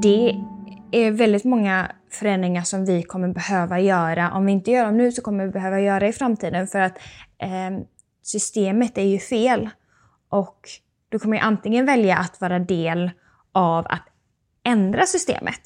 det är väldigt många förändringar som vi kommer behöva göra. Om vi inte gör dem nu så kommer vi behöva göra det i framtiden. För att systemet är ju fel. Och du kommer ju antingen välja att vara del av att ändra systemet.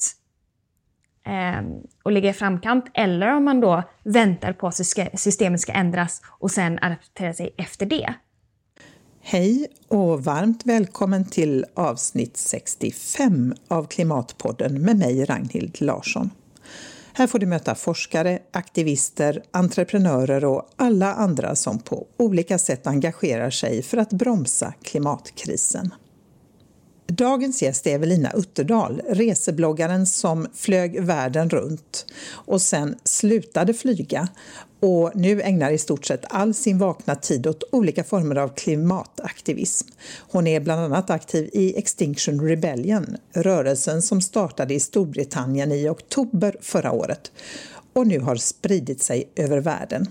Och ligga i framkant. Eller om man då väntar på att systemet ska ändras och sen adaptera sig efter det. Hej och varmt välkommen till avsnitt 65 av Klimatpodden med mig Ragnhild Larsson. Här får du möta forskare, aktivister, entreprenörer och alla andra som på olika sätt engagerar sig för att bromsa klimatkrisen. Dagens gäst är Evelina Utterdal, resebloggaren som flög världen runt och sen slutade flyga och nu ägnar i stort sett all sin vakna tid åt olika former av klimataktivism. Hon är bland annat aktiv i Extinction Rebellion, rörelsen som startade i Storbritannien i oktober förra året och nu har spridit sig över världen.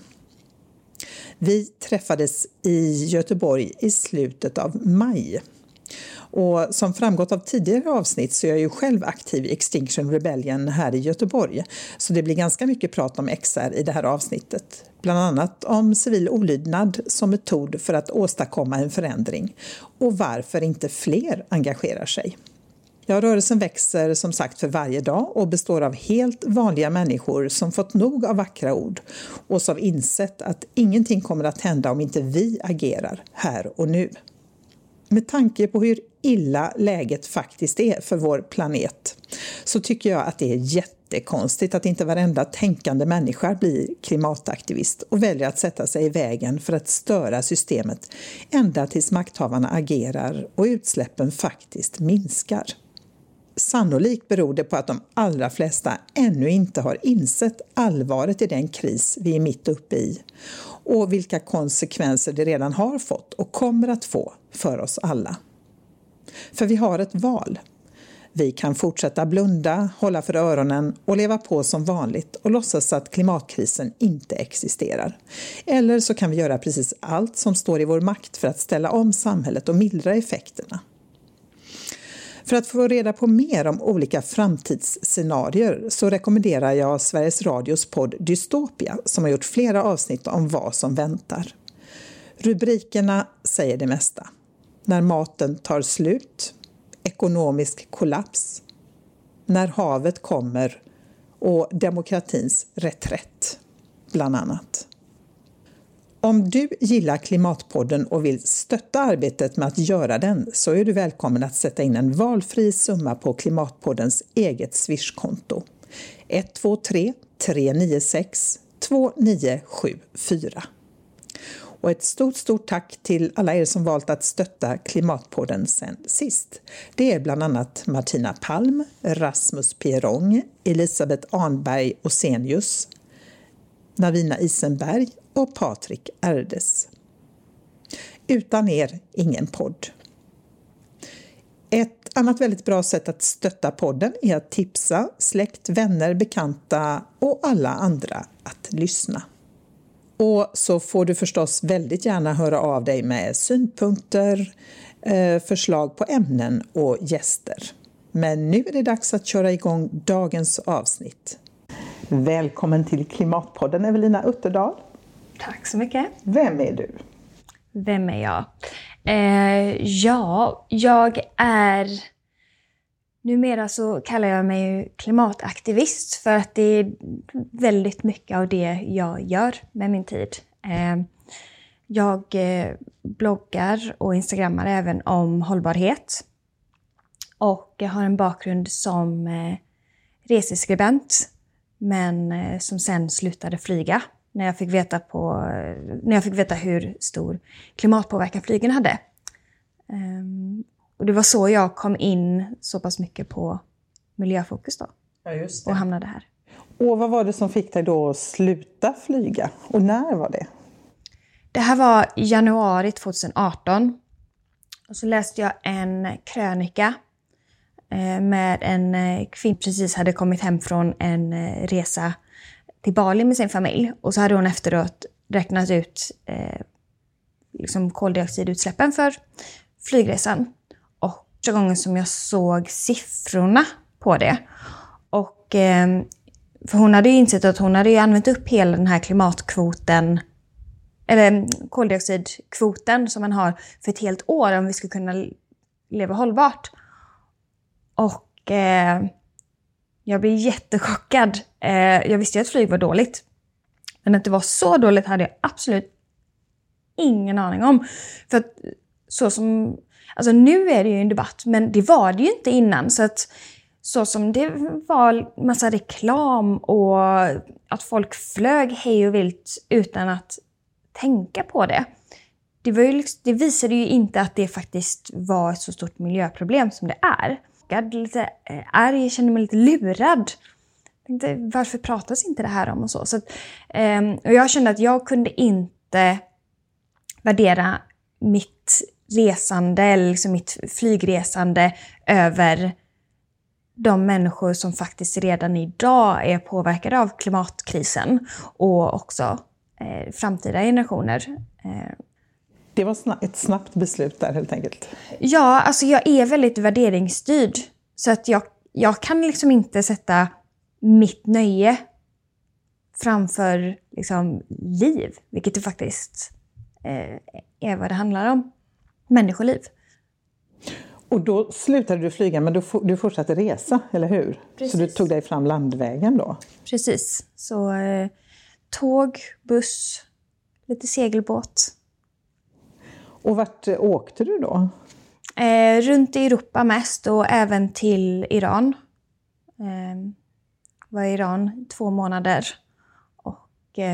Vi träffades i Göteborg i slutet av maj. Och som framgått av tidigare avsnitt så är jag ju själv aktiv i Extinction Rebellion här i Göteborg. Så det blir ganska mycket prat om XR i det här avsnittet. Bland annat om civil olydnad som metod för att åstadkomma en förändring. Och varför inte fler engagerar sig. Ja, rörelsen växer som sagt för varje dag och består av helt vanliga människor som fått nog av vackra ord. Och som insett att ingenting kommer att hända om inte vi agerar här och nu. Med tanke på hur illa läget faktiskt är för vår planet så tycker jag att det är jättekonstigt att inte varenda tänkande människa blir klimataktivist och väljer att sätta sig i vägen för att störa systemet ända tills makthavarna agerar och utsläppen faktiskt minskar. Sannolikt beror det på att de allra flesta ännu inte har insett allvaret i den kris vi är mitt uppe i och vilka konsekvenser det redan har fått och kommer att få för oss alla. För vi har ett val. Vi kan fortsätta blunda, hålla för öronen och leva på som vanligt och låtsas att klimatkrisen inte existerar. Eller så kan vi göra precis allt som står i vår makt för att ställa om samhället och mildra effekterna. För att få reda på mer om olika framtidsscenarier så rekommenderar jag Sveriges Radios podd Dystopia som har gjort flera avsnitt om vad som väntar. Rubrikerna säger det mesta. När maten tar slut, ekonomisk kollaps, när havet kommer och demokratins reträtt, bland annat. Om du gillar Klimatpodden och vill stötta arbetet med att göra den så är du välkommen att sätta in en valfri summa på Klimatpoddens eget Swish-konto. 123 396 2974. Och ett stort tack till alla er som valt att stötta Klimatpodden sen sist. Det är bland annat Martina Palm, Rasmus Pierong, Elisabeth Arnberg Osenius, Navina Isenberg och Patrik Erdes. Utan er, ingen podd. Ett annat väldigt bra sätt att stötta podden är att tipsa släkt, vänner, bekanta och alla andra att lyssna. Och så får du förstås väldigt gärna höra av dig med synpunkter, förslag på ämnen och gäster. Men nu är det dags att köra igång dagens avsnitt. Välkommen till Klimatpodden, Evelina Utterdal. Tack så mycket. Vem är du? Vem är jag? Jag är... Numera så kallar jag mig klimataktivist för att det är väldigt mycket av det jag gör med min tid. Jag bloggar och instagrammar även om hållbarhet. Och jag har en bakgrund som reseskribent men som sen slutade flyga när jag fick veta hur stor klimatpåverkan flygen hade. Och det var så jag kom in så pass mycket på miljöfokus då. Ja, just det. Och hamnade här. Och vad var det som fick dig då att sluta flyga? Och när var det? Det här var i januari 2018. Och så läste jag en krönika med en kvinna som precis hade kommit hem från en resa till Bali med sin familj. Och så hade hon efteråt räknat ut koldioxidutsläppen för flygresan. Och första gången som jag såg siffrorna på det. Och för hon hade ju insett att hon hade ju använt upp hela den här klimatkvoten, eller koldioxidkvoten som man har för ett helt år om vi ska kunna leva hållbart. Och jag blev jättechockad. Jag visste ju att flyg var dåligt. Men att det var så dåligt hade jag absolut ingen aning om. För att alltså nu är det ju en debatt, men det var det ju inte innan. Så som det var massa reklam och att folk flög hej och vilt utan att tänka på det. Det visade ju inte att det faktiskt var ett så stort miljöproblem som det är. Jag är lite arg, jag kände mig lite lurad. Jag tänkte, varför pratas inte det här om och så? Och jag kände att jag kunde inte värdera mitt resande eller liksom mitt flygresande över de människor som faktiskt redan idag är påverkade av klimatkrisen och också framtida generationer. Det var ett snabbt beslut där helt enkelt. Ja, alltså jag är väldigt värderingsstyrd. Så att jag kan liksom inte sätta mitt nöje framför liksom liv. Vilket det faktiskt är vad det handlar om. Människoliv. Och då slutade du flyga, men du fortsatte resa, eller hur? Precis. Så du tog dig fram landvägen då? Precis. Så tåg, buss, lite segelbåt. Och vart åkte du då? Runt i Europa mest och även till Iran. Var i Iran 2 månader. Och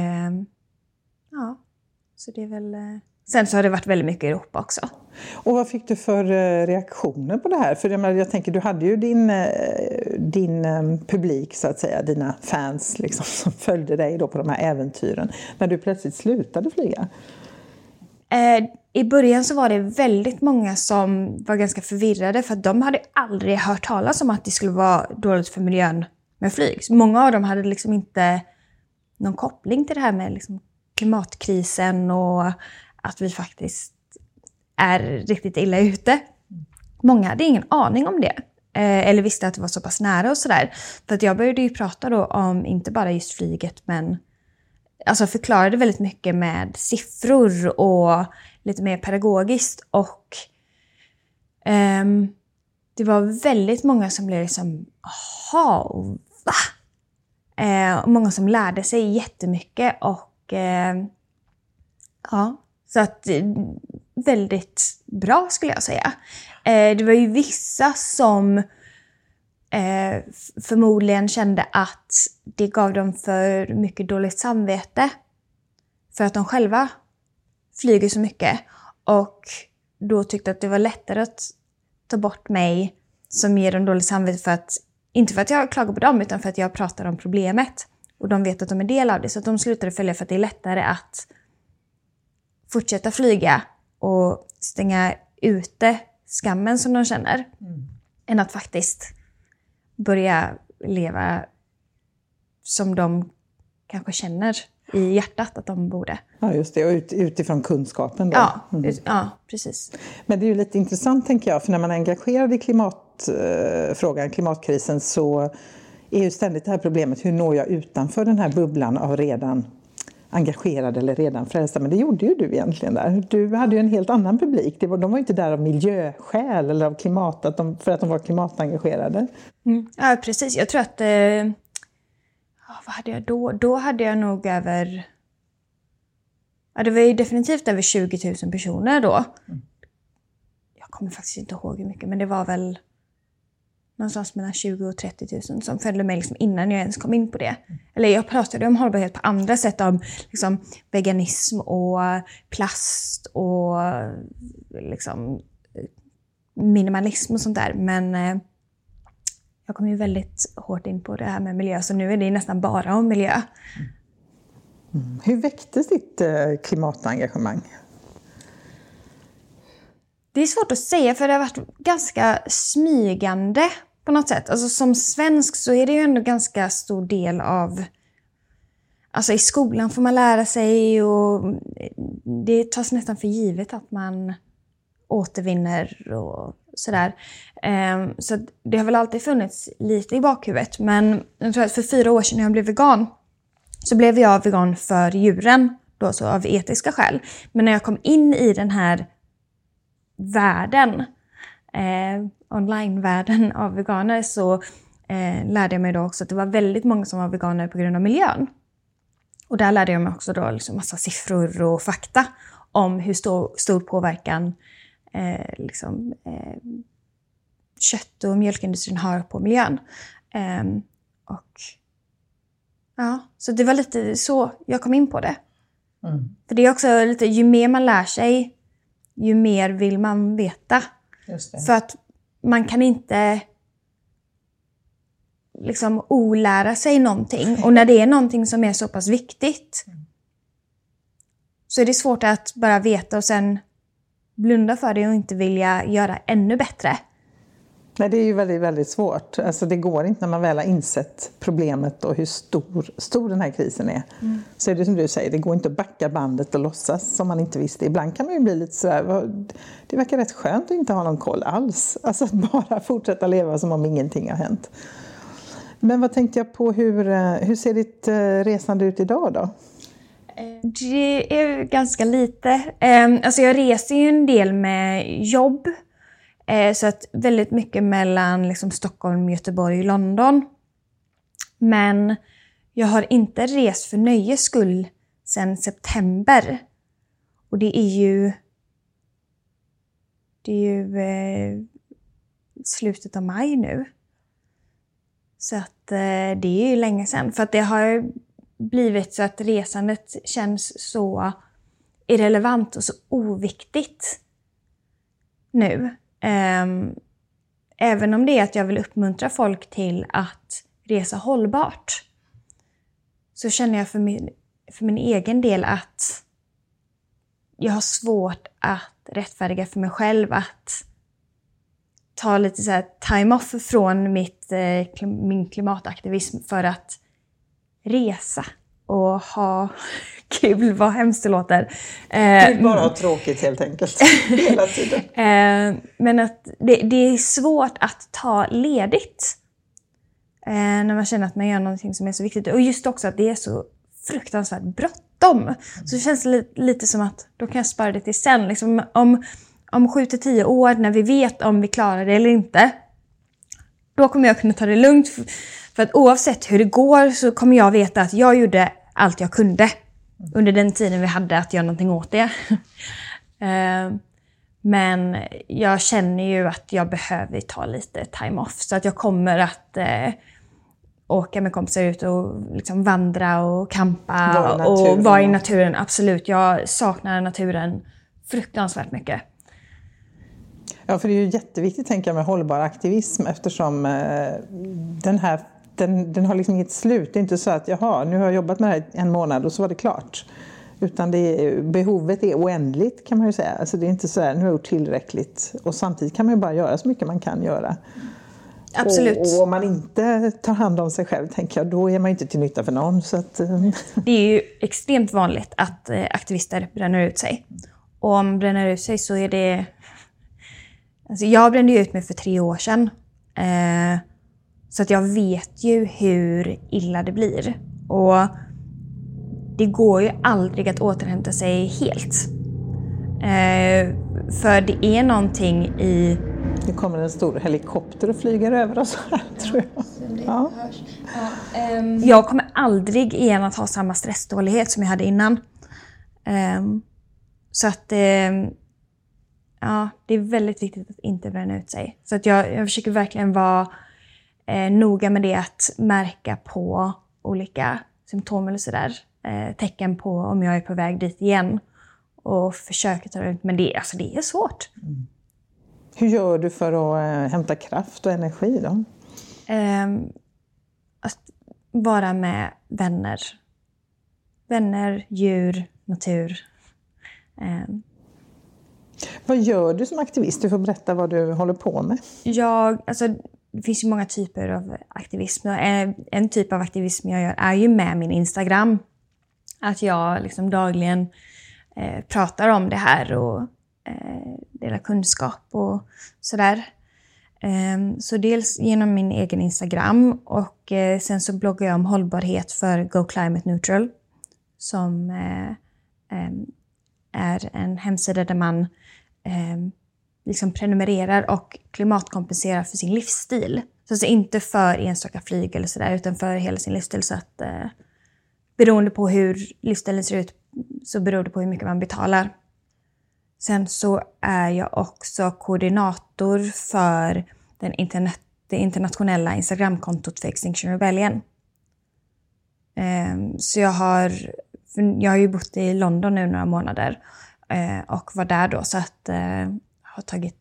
ja, så det är väl... Sen så har det varit väldigt mycket i Europa också. Och vad fick du för reaktioner på det här? För jag tänker, du hade ju din publik så att säga, dina fans liksom, som följde dig då på de här äventyren. När du plötsligt slutade flyga. I början så var det väldigt många som var ganska förvirrade för att de hade aldrig hört talas om att det skulle vara dåligt för miljön med flyg. Så många av dem hade liksom inte någon koppling till det här med liksom klimatkrisen och att vi faktiskt är riktigt illa ute. Många hade ingen aning om det. Eller visste att det var så pass nära och sådär. För att jag började ju prata då om inte bara just flyget men alltså förklarade väldigt mycket med siffror och lite mer pedagogiskt. Och det var väldigt många som blev liksom, aha, va? Och många som lärde sig jättemycket och ja, så att väldigt bra skulle jag säga. Det var ju vissa som förmodligen kände att det gav dem för mycket dåligt samvete för att de själva flyger så mycket och då tyckte att det var lättare att ta bort mig som ger dem dåligt samvete för att, inte för att jag klagar på dem utan för att jag pratar om problemet och de vet att de är del av det så att de slutade följa för att det är lättare att fortsätta flyga och stänga ute skammen som de känner än att faktiskt börja leva som de kanske känner i hjärtat att de borde. Ja, just det. Och utifrån kunskapen då. Ja, ja, precis. Men det är ju lite intressant tänker jag, för när man är engagerad i klimatfrågan, klimatkrisen, så är ju ständigt det här problemet, hur når jag utanför den här bubblan av redan engagerade eller redan frälsta. Men det gjorde ju du egentligen där. Du hade ju en helt annan publik. De var ju inte där av miljöskäl eller av klimat, för att de var klimatengagerade. Ja, precis. Jag tror att vad hade jag då? Då hade jag nog över... Ja, det var ju definitivt över 20 000 personer då. Jag kommer faktiskt inte ihåg hur mycket, men det var väl någonstans mellan 20 och 30 000 som följde mig liksom innan jag ens kom in på det. Eller jag pratade om hållbarhet på andra sätt, om liksom veganism och plast och liksom minimalism och sånt där. Men jag kom ju väldigt hårt in på det här med miljö, så nu är det nästan bara om miljö. Hur väcktes ditt klimatengagemang? Det är svårt att säga för det har varit ganska smygande på något sätt. Alltså som svensk så är det ju ändå ganska stor del av... Alltså i skolan får man lära sig och det tas nästan för givet att man återvinner och sådär. Så det har väl alltid funnits lite i bakhuvudet. Men jag tror att för 4 år sedan när jag blev vegan så blev jag vegan för djuren. Då så av etiska skäl. Men när jag kom in i den här världen, online-världen av veganer, så lärde jag mig då också att det var väldigt många som var veganer på grund av miljön. Och där lärde jag mig också då liksom massa siffror och fakta om hur stor påverkan kött- och mjölkindustrin har på miljön. Så det var lite så jag kom in på det. För det är också lite, ju mer man lär sig, ju mer vill man veta. Just det. För att man kan inte liksom olära sig någonting. Och när det är någonting som är så pass viktigt så är det svårt att bara veta och sen blunda för det och inte vilja göra ännu bättre. Nej, det är ju väldigt, väldigt svårt. Alltså det går inte när man väl har insett problemet och hur stor den här krisen är. Så är det som du säger, det går inte att backa bandet och låtsas som man inte visste. Ibland kan man ju bli lite sådär, det verkar rätt skönt att inte ha någon koll alls. Alltså att bara fortsätta leva som om ingenting har hänt. Men vad tänkte jag på, hur ser ditt resande ut idag då? Det är ganska lite. Alltså jag reser ju en del med jobb. Så att väldigt mycket mellan liksom Stockholm, Göteborg och London. Men jag har inte rest för nöjes skull sedan september. Och det är ju slutet av maj nu. Så att det är ju länge sedan. För att det har blivit så att resandet känns så irrelevant och så oviktigt nu. Även om det är att jag vill uppmuntra folk till att resa hållbart, så känner jag för min egen del att jag har svårt att rättfärdiga för mig själv att ta lite så här time off från min klimataktivism för att resa och ha kul, vad hemskt det låter. Det är bara ha tråkigt helt enkelt, hela tiden. Men att det är svårt att ta ledigt när man känner att man gör någonting som är så viktigt. Och just också att det är så fruktansvärt bråttom. Så känns det lite som att då kan jag spara det till sen. Liksom om 7-10 år, när vi vet om vi klarar det eller inte, då kommer jag kunna ta det lugnt. För att oavsett hur det går så kommer jag veta att jag gjorde allt jag kunde under den tiden vi hade att göra någonting åt det. Men jag känner ju att jag behöver ta lite time off. Så att jag kommer att åka med kompisar ut och liksom vandra och campa och vara i naturen. Absolut, jag saknar naturen fruktansvärt mycket. Ja, för det är ju jätteviktigt, tänker jag, med hållbar aktivism, eftersom den har liksom inget slut. Det är inte så att nu har jag jobbat med det här 1 månad och så var det klart. Utan behovet är oändligt, kan man ju säga. Alltså det är inte så här, nu har jag gjort tillräckligt. Och samtidigt kan man ju bara göra så mycket man kan göra. Absolut. Och om man inte tar hand om sig själv, tänker jag, då är man inte till nytta för någon. Så att, Det är ju extremt vanligt att aktivister bränner ut sig. Och om man bränner ut sig så är det... Alltså jag brände ut mig för 3 år sedan. Så att jag vet ju hur illa det blir. Och det går ju aldrig att återhämta sig helt. För det är någonting i... Det kommer en stor helikopter och flyger över oss här, tror jag. Ja. Jag kommer aldrig igen att ha samma stressdålighet som jag hade innan. Så att... det är väldigt viktigt att inte bränna ut sig. Så att jag försöker verkligen vara noga med det, att märka på olika symptom eller sådär. Tecken på om jag är på väg dit igen. Och försöka ta det ut. Men det är svårt. Hur gör du för att hämta kraft och energi då? Att vara med vänner. Vänner, djur, natur. Vad gör du som aktivist? Du får berätta vad du håller på med. Det finns ju många typer av aktivism. En typ av aktivism jag gör är ju med min Instagram. Att jag liksom dagligen pratar om det här och dela kunskap och sådär. Så dels genom min egen Instagram och sen så bloggar jag om hållbarhet för Go Climate Neutral som är en hemsida där man liksom prenumererar och klimatkompenserar för sin livsstil. Så alltså inte för enstaka flyg eller sådär utan för hela sin livsstil. Så att beroende på hur livsstilen ser ut så beror det på hur mycket man betalar. Sen så är jag också koordinator för det internationella Instagramkontot för Extinction Rebellion. Så jag har ju bott i London nu några månader och var där då så att har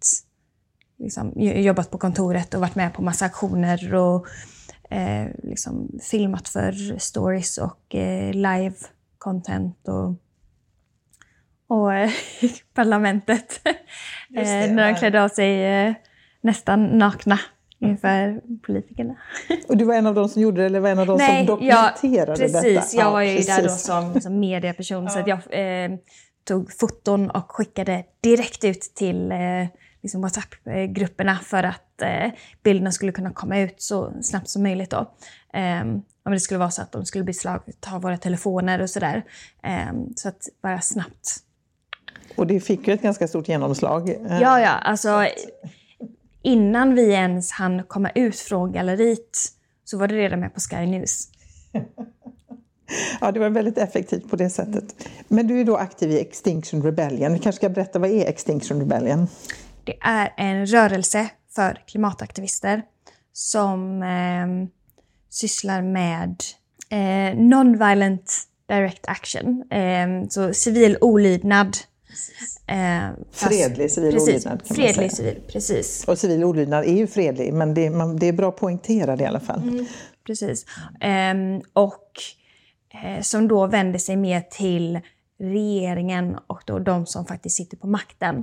jobbat på kontoret och varit med på massa aktioner och filmat för stories och live content och parlamentet när de klädde av sig nästan nakna inför politikerna. Och du var en av de som gjorde det eller var en av de som dokumenterade detta? Precis, jag var ju där då som medieperson så att jag tog foton och skickade direkt ut till WhatsApp-grupperna för att bilderna skulle kunna komma ut så snabbt som möjligt då. Om det skulle vara så att de skulle ta våra telefoner och sådär. Så att bara snabbt. Och det fick ju ett ganska stort genomslag. Ja, alltså innan vi ens hann komma ut från galleriet så var det redan med på Sky News. Ja, det var väldigt effektivt på det sättet. Men du är då aktiv i Extinction Rebellion. Du kanske ska berätta, vad är Extinction Rebellion? Det är en rörelse för klimataktivister som sysslar med non-violent direct action. Så civil olydnad. Fredlig civil olydnad kan man säga. Civil, precis. Och civil olydnad är ju fredlig, men det är bra poängterad i alla fall. Precis. Och som då vänder sig mer till regeringen och då de som faktiskt sitter på makten.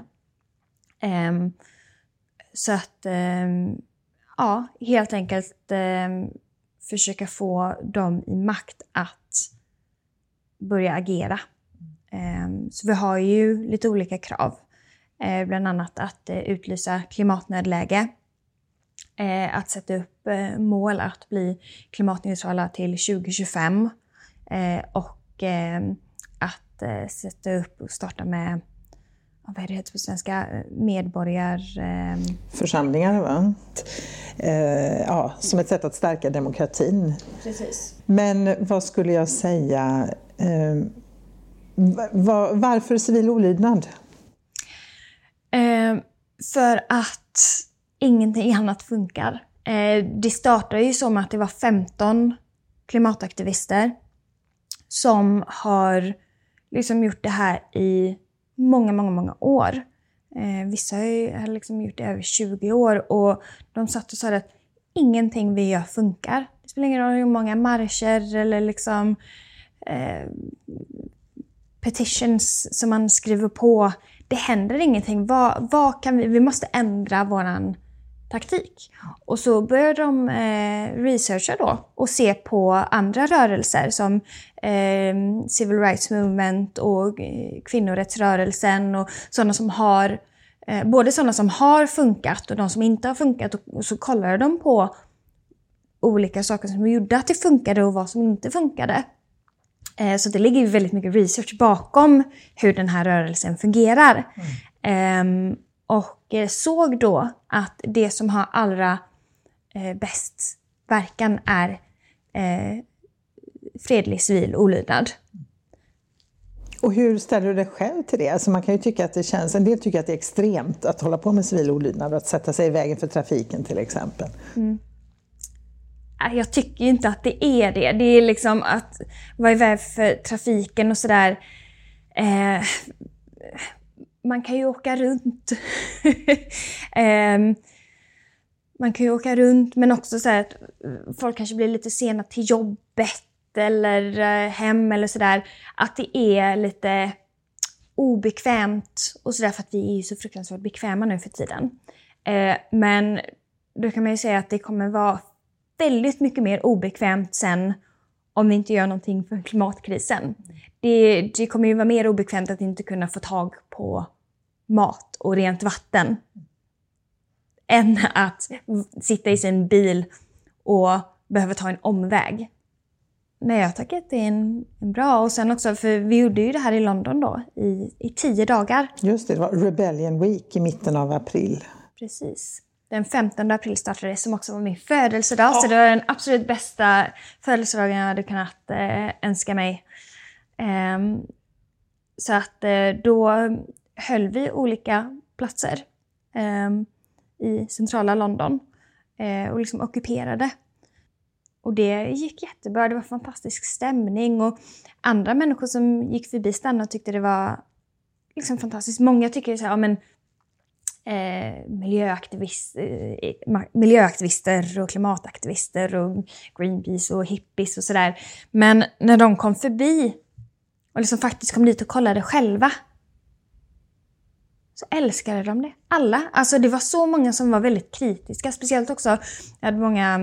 Så att helt enkelt försöka få dem i makt att börja agera. Så vi har ju lite olika krav. Bland annat att utlysa klimatnödläge. Att sätta upp mål att bli klimatneutrala till 2025. Och att sätta upp och starta med, vad är det heter på svenska, församlingar, va? Som ett sätt att stärka demokratin. Precis. Men vad skulle jag säga, varför civil olydnad? För att ingenting annat funkar. Det startade ju som att det var 15 klimataktivister som har liksom gjort det här i många år. Vissa har liksom gjort det över 20 år och de satt och sa att ingenting vi gör funkar. Det spelar ingen roll hur många marscher eller liksom petitions som man skriver på. Det händer ingenting. Vad kan vi måste ändra våran taktik. Och så började de researcha då och se på andra rörelser som Civil Rights Movement och kvinnorättsrörelsen och sådana som har både sådana som har funkat och de som inte har funkat och så kollade de på olika saker som gjorde att det funkade och vad som inte funkade. Så det ligger ju väldigt mycket research bakom hur den här rörelsen fungerar. Och såg då att det som har allra bäst verkan är fredlig civil olydnad. Och hur ställer du dig själv till det? Alltså man kan ju tycka att det känns, en del tycker att det är extremt att hålla på med civil olydnad och att sätta sig i vägen för trafiken till exempel. Jag tycker inte att det är det. Det är liksom att vara i väg för trafiken och sådär. Man kan ju åka runt. Man kan ju åka runt men också så att folk kanske blir lite sena till jobbet eller hem eller sådär. Att det är lite obekvämt och sådär för att vi är ju så fruktansvärt bekväma nu för tiden. Men då kan man ju säga att det kommer vara väldigt mycket mer obekvämt sen om vi inte gör någonting för klimatkrisen. Det kommer ju vara mer obekvämt att inte kunna få tag på mat och rent vatten än att sitta i sin bil och behöva ta en omväg. Nej, jag tycker att det är en bra. Och sen också, för vi gjorde ju det här i London då i 10 dagar. Just det var Rebellion Week i mitten av april. Precis. Den 15 april startade det, som också var min födelsedag. Så det var den absolut bästa födelsedagen jag hade kunnat önska mig. Så att då höll vi olika platser i centrala London och liksom ockuperade. Och det gick jättebra, det var fantastisk stämning och andra människor som gick förbi stannade och tyckte det var liksom fantastiskt. Många tycker så här, ja, men miljöaktivister och klimataktivister och Greenpeace och hippies och sådär. Men när de kom förbi och liksom faktiskt kom dit och kollade själva, så älskade de det. Alla. Alltså det var så många som var väldigt kritiska. Speciellt också, jag hade många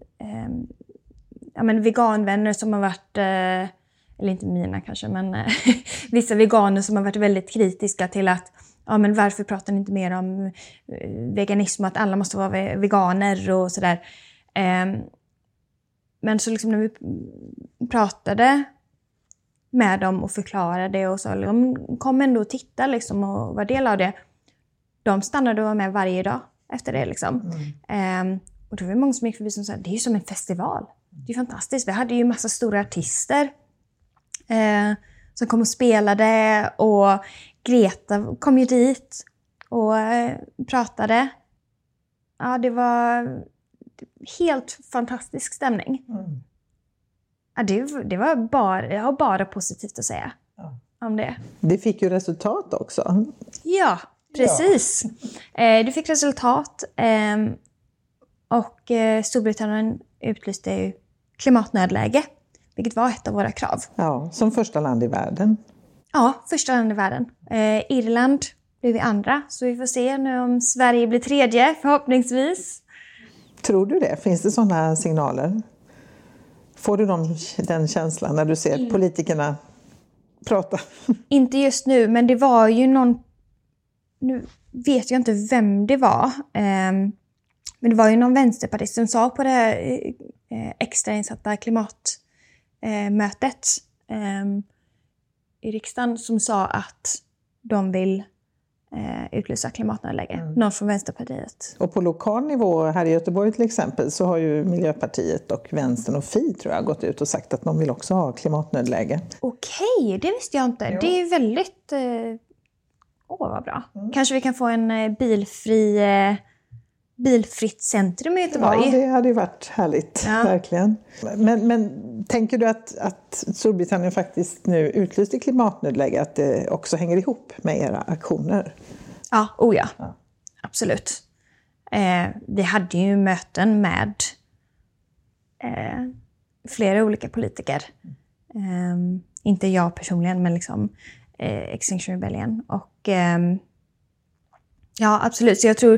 veganvänner som har varit, eller inte mina kanske, men vissa veganer som har varit väldigt kritiska till att men varför pratar ni inte mer om veganism och att alla måste vara veganer och sådär. Men så liksom när vi pratade med dem och förklarade och så kom ändå och titta liksom och var del av det. De stannade och var med varje dag efter det liksom. Och det var många som gick förbi som sa, det är ju som en festival. Det är fantastiskt. Vi hade ju massa stora artister som kom och spelade, och Greta kom ju dit och pratade. Ja, det var helt fantastisk stämning. Ja, det var jag har bara positivt att säga om det. Det fick ju resultat också. Ja, precis. Ja. Det fick resultat. Och Storbritannien utlyste ju klimatnödläge, vilket var ett av våra krav. Ja, som första land i världen. Ja, första land i världen. Irland blev vi andra, så vi får se nu om Sverige blir tredje, förhoppningsvis. Tror du det? Finns det sådana signaler? Får du den känslan när du ser politikerna prata? Inte just nu, men det var ju någon... Nu vet jag inte vem det var. Men det var ju någon vänsterpartist som sa på det här extrainsatta klimatmötet i riksdagen, som sa att de vill utlysa klimatnödläge. Någon från Vänsterpartiet. Och på lokal nivå här i Göteborg till exempel så har ju Miljöpartiet och Vänstern och Fi tror jag gått ut och sagt att de vill också ha klimatnödläge. Okej, det visste jag inte. Ja. Det är väldigt... vad bra. Kanske vi kan få en bilfritt centrum i Göteborg. Ja, det hade ju varit härligt, verkligen. Men tänker du att Storbritannien faktiskt nu utlyste klimatnödläge, att det också hänger ihop med era aktioner? Ja, ja. Absolut. Vi hade ju möten med flera olika politiker. Inte jag personligen, men liksom Extinction Rebellion. Och ja, absolut. Så jag tror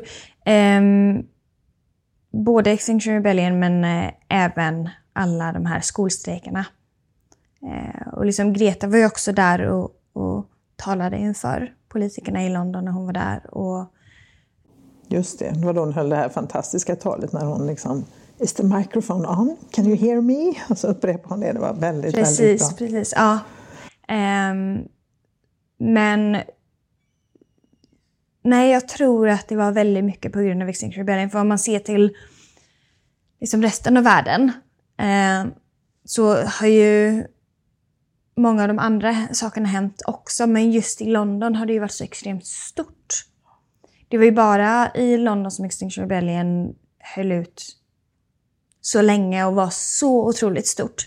både Extinction Rebellion men även alla de här skolstrejkerna. Och liksom Greta var ju också där och talade inför politikerna i London när hon var där. Och just det, det var då hon höll det här fantastiska talet när hon liksom "Is the microphone on? Can you hear me?" Och så upprepade hon det. Det var väldigt, väldigt bra. Precis, ja. Men nej, jag tror att det var väldigt mycket på grund av Extinction Rebellion. För om man ser till liksom resten av världen så har ju många av de andra sakerna hänt också. Men just i London har det ju varit så extremt stort. Det var ju bara i London som Extinction Rebellion höll ut så länge och var så otroligt stort.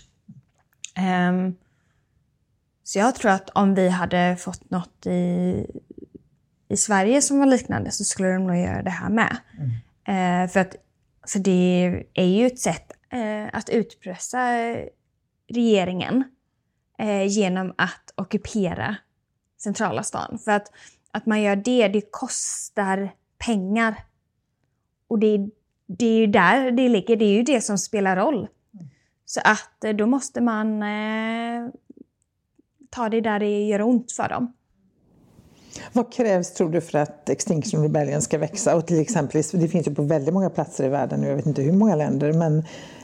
Så jag tror att om vi hade fått något i Sverige som var liknande så skulle de nog göra det här med. För att så det är ju ett sätt att utpressa regeringen genom att ockupera centrala stan. För att man gör det kostar pengar. Och det är ju där det ligger, det är ju det som spelar roll. Så att då måste man ta det där det gör ont för dem. Vad krävs tror du för att Extinction Rebellion ska växa? Och till exempel, det finns ju på väldigt många platser i världen, jag vet inte hur många länder, men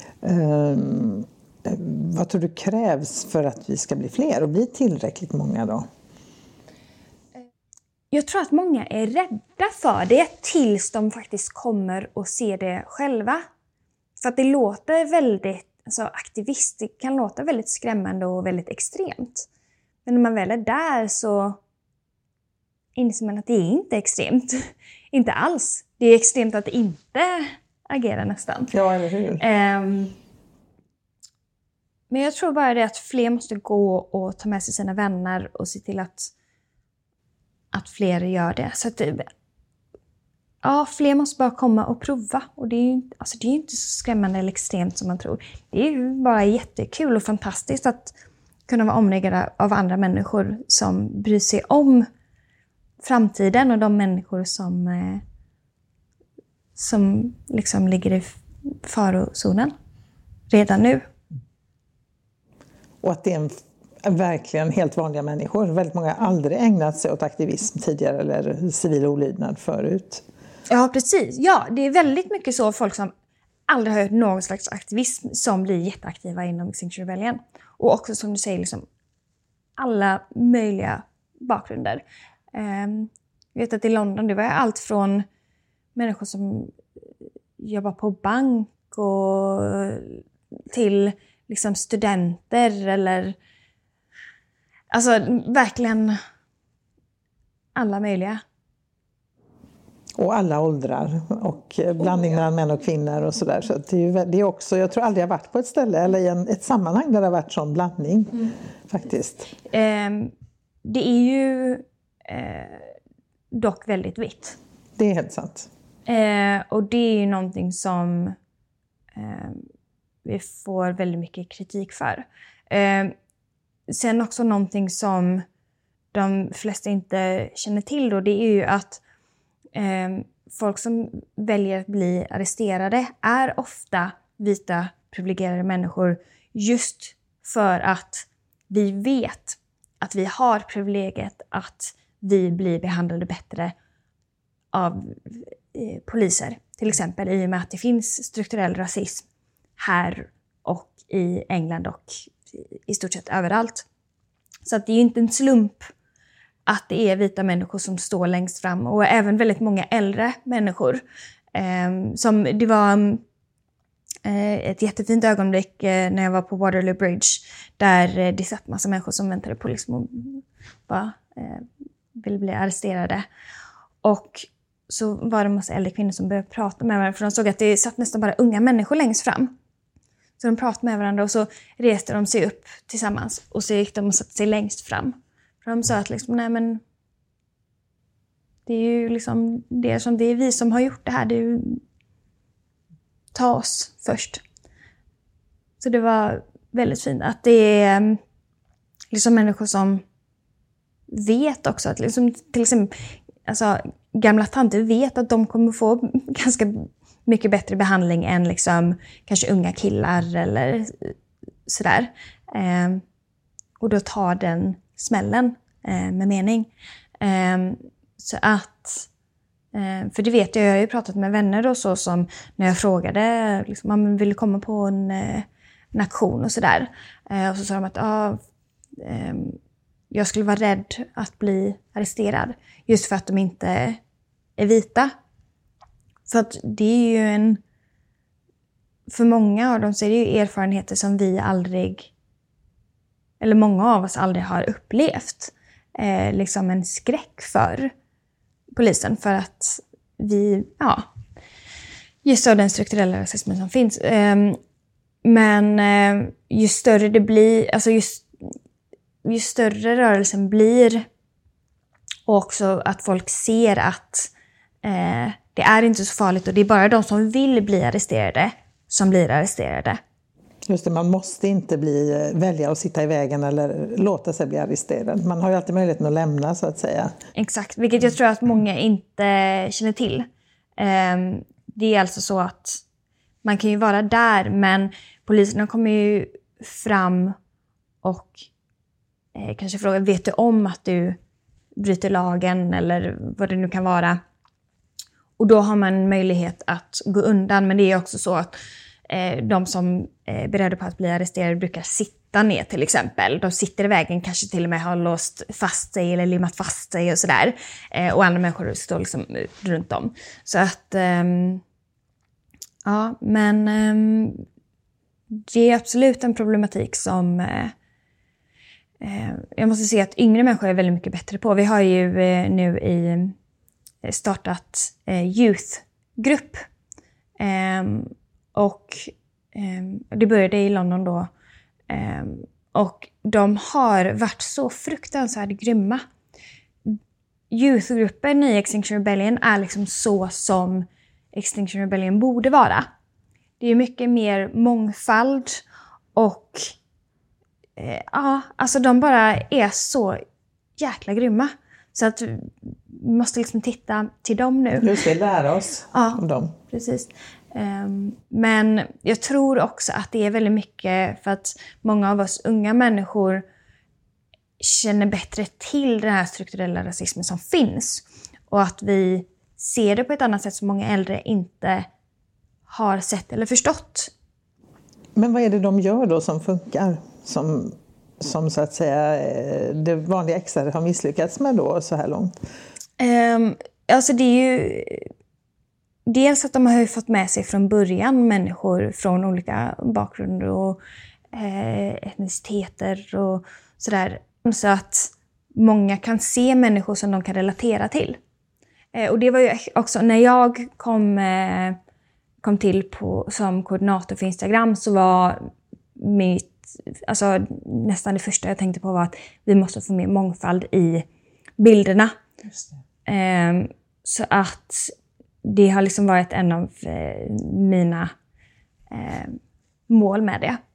vad tror du krävs för att vi ska bli fler och bli tillräckligt många då? Jag tror att många är rädda för det tills de faktiskt kommer och ser det själva. För att det låter väldigt, alltså aktivist, det kan låta väldigt skrämmande och väldigt extremt. Men när man väl är där så inser man att det är inte extremt. Inte alls. Det är extremt att inte agera nästan. Ja, eller hur? Men jag tror bara det att fler måste gå och ta med sig sina vänner och se till att fler gör det. Så att fler måste bara komma och prova. Och det är ju inte så skrämmande eller extremt som man tror. Det är ju bara jättekul och fantastiskt att kunna vara omringade av andra människor som bryr sig om framtiden och de människor som liksom ligger i farozonen redan nu. Och att det är verkligen helt vanliga människor. Väldigt många har aldrig ägnat sig åt aktivism tidigare eller civil olydnad förut. Ja, precis. Ja, det är väldigt mycket så folk som aldrig har gjort någon slags aktivism som blir jätteaktiva inom Extinction Rebellion. Och också som du säger, liksom, alla möjliga bakgrunder. Jag vet att i London det var allt från människor som jobbar på bank och till liksom studenter eller alltså verkligen alla möjliga. Och alla åldrar och blandning mellan män och kvinnor och sådär. Så det är också, jag tror aldrig jag varit på ett ställe eller i ett sammanhang där det har varit sån blandning faktiskt. Det är ju dock väldigt vitt. Det är helt sant. Och det är ju någonting som vi får väldigt mycket kritik för. Sen också någonting som de flesta inte känner till då, det är ju att folk som väljer att bli arresterade är ofta vita privilegierade människor just för att vi vet att vi har privilegiet att vi blir behandlade bättre av poliser. Till exempel i och med att det finns strukturell rasism här och i England och i stort sett överallt. Så att det är ju inte en slump att det är vita människor som står längst fram och även väldigt många äldre människor. Som det var ett jättefint ögonblick när jag var på Waterloo Bridge där det satt massa människor som väntade på liksom och bara ville bli arresterade. Och så var det en massa äldre kvinnor som började prata med varandra för de såg att det satt nästan bara unga människor längst fram. Så de pratade med varandra och så reste de sig upp tillsammans och så gick de och satte sig längst fram. För de sa att liksom, nej men det är ju liksom det är vi som har gjort det här. Det är ju, ta oss först. Så det var väldigt fint att det är liksom människor som vet också att liksom, till exempel alltså, gamla tanter vet att de kommer få ganska mycket bättre behandling än liksom, kanske unga killar eller sådär. Och då tar den smällen med mening. Så att, för det vet jag har ju pratat med vänner och så som när jag frågade liksom, om man ville komma på en aktion och sådär. Och så sa de att jag skulle vara rädd att bli arresterad just för att de inte är vita. För att det är ju för många av dem så är det ju erfarenheter som vi aldrig, eller många av oss aldrig har upplevt. Liksom en skräck för polisen för att vi, just av den strukturella rasismen som finns. Men ju större det blir, alltså ju större rörelsen blir och också att folk ser att det är inte så farligt och det är bara de som vill bli arresterade som blir arresterade. Just det, man måste inte välja att sitta i vägen eller låta sig bli arresterad. Man har ju alltid möjligheten att lämna så att säga. Exakt, vilket jag tror att många inte känner till. Det är alltså så att man kan ju vara där men poliserna kommer ju fram och kanske frågar, vet du om att du bryter lagen eller vad det nu kan vara. Och då har man möjlighet att gå undan. Men det är också så att de som är beredda på att bli arresterade brukar sitta ner till exempel. De sitter i vägen, kanske till och med har låst fast sig eller limmat fast sig och sådär. Och andra människor står liksom runt om. Så att, ja, men det är absolut en problematik som jag måste säga att yngre människor är väldigt mycket bättre på. Vi har ju nu startat youth-grupp. Och det började i London då. Och de har varit så fruktansvärt grymma. Youth-gruppen i Extinction Rebellion är liksom så som Extinction Rebellion borde vara. Det är mycket mer mångfald och ja, alltså de bara är så jäkla grymma. Så att vi måste liksom titta till dem nu. Just det, lära oss om dem. Precis. Men jag tror också att det är väldigt mycket för att många av oss unga människor känner bättre till den här strukturella rasismen som finns. Och att vi ser det på ett annat sätt som många äldre inte har sett eller förstått. Men vad är det de gör då som funkar? Som så att säga det vanliga extra har misslyckats med då så här långt? Alltså det är ju dels att de har fått med sig från början människor från olika bakgrunder och etniciteter och sådär. Så att många kan se människor som de kan relatera till. Och det var ju också när jag kom till som koordinator för Instagram, så var nästan det första jag tänkte på var att vi måste få mer mångfald i bilderna. Just det. Så att det har liksom varit en av mina mål med det.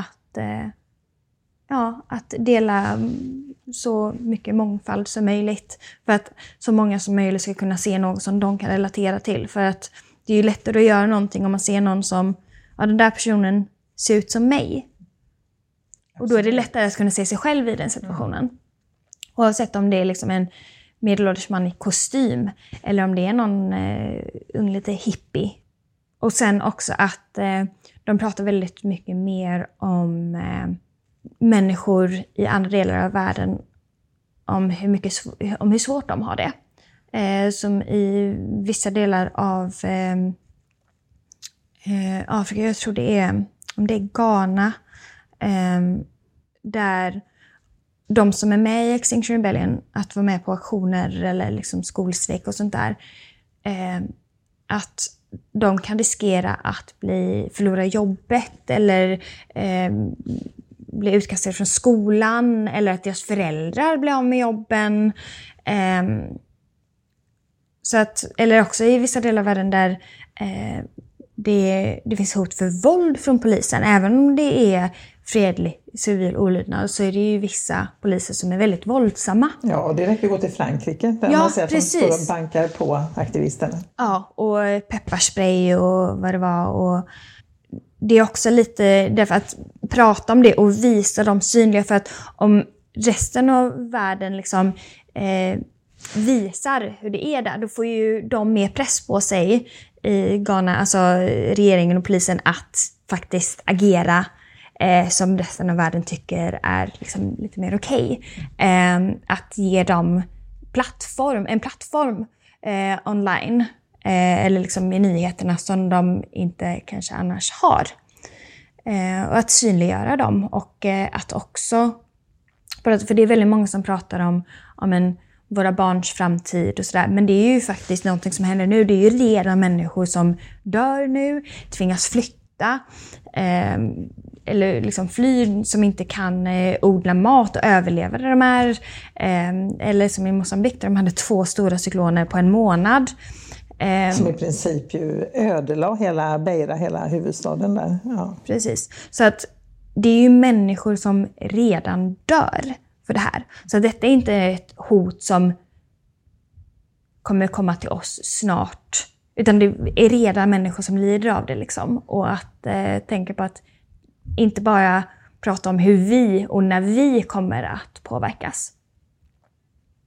Att dela så mycket mångfald som möjligt. För att så många som möjligt ska kunna se något som de kan relatera till. För att det är ju lättare att göra någonting om man ser någon som, ja, den där personen ser ut som mig. Och då är det lättare att kunna se sig själv i den situationen. Oavsett om det är liksom en medelålders man i kostym eller om det är någon ung lite hippie. Och sen också att de pratar väldigt mycket mer om människor i andra delar av världen, om hur svårt de har det. Som i vissa delar av Afrika, jag tror det är, om det är Ghana, där de som är med i Extinction Rebellion, att vara med på aktioner eller liksom skolstrejk och sånt där, att de kan riskera att förlora jobbet eller bli utkastade från skolan, eller att deras föräldrar blir av med jobben. Så att, eller också i vissa delar av världen där det finns hot för våld från polisen. Även om det är fredlig civil olydnad, så är det ju vissa poliser som är väldigt våldsamma. Ja, och det räcker gå till Frankrike där man ser att de står och bankar på aktivisterna. Ja, och pepparspray och vad det var. Och det är också lite därför att prata om det och visa dem synliga, för att om resten av världen liksom visar hur det är där, då får ju de mer press på sig i Ghana, alltså regeringen och polisen, att faktiskt agera som resten av världen tycker är liksom lite mer okej. Att ge dem en plattform online eller liksom i nyheterna som de inte kanske annars har. Och att synliggöra dem, och att också, för det är väldigt många som pratar om våra barns framtid och sådär. Men det är ju faktiskt någonting som händer nu. Det är ju redan människor som dör nu, tvingas flytta eller liksom fly, som inte kan odla mat och överleva där de är. Eller som i Mozambique där de hade 2 stora cykloner på en månad. Som i princip ju ödelade hela Beira, hela huvudstaden där. Ja. Precis. Så att det är ju människor som redan dör för det här. Så detta är inte ett hot som kommer komma till oss snart. Utan det är redan människor som lider av det liksom. Och att tänka på att inte bara prata om hur vi och när vi kommer att påverkas.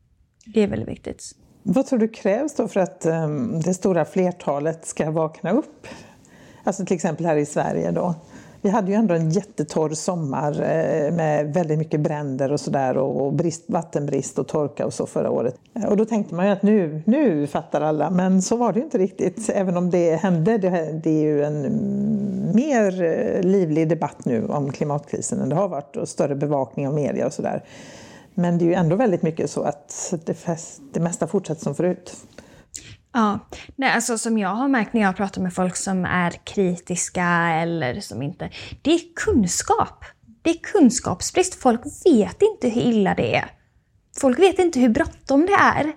Det är väldigt viktigt. Vad tror du krävs då för att det stora flertalet ska vakna upp? Alltså till exempel här i Sverige då. Vi hade ju ändå en jättetorr sommar med väldigt mycket bränder och sådär och vattenbrist och torka och så förra året. Och då tänkte man ju att nu fattar alla, men så var det ju inte riktigt. Även om det hände, det är ju en mer livlig debatt nu om klimatkrisen än det har varit och större bevakning av media och sådär. Men det är ju ändå väldigt mycket så att det mesta fortsätter som förut. Ja, nej, alltså som jag har märkt när jag pratar med folk som är kritiska eller som inte. Det är kunskap. Det är kunskapsbrist. Folk vet inte hur illa det är. Folk vet inte hur bråttom det är.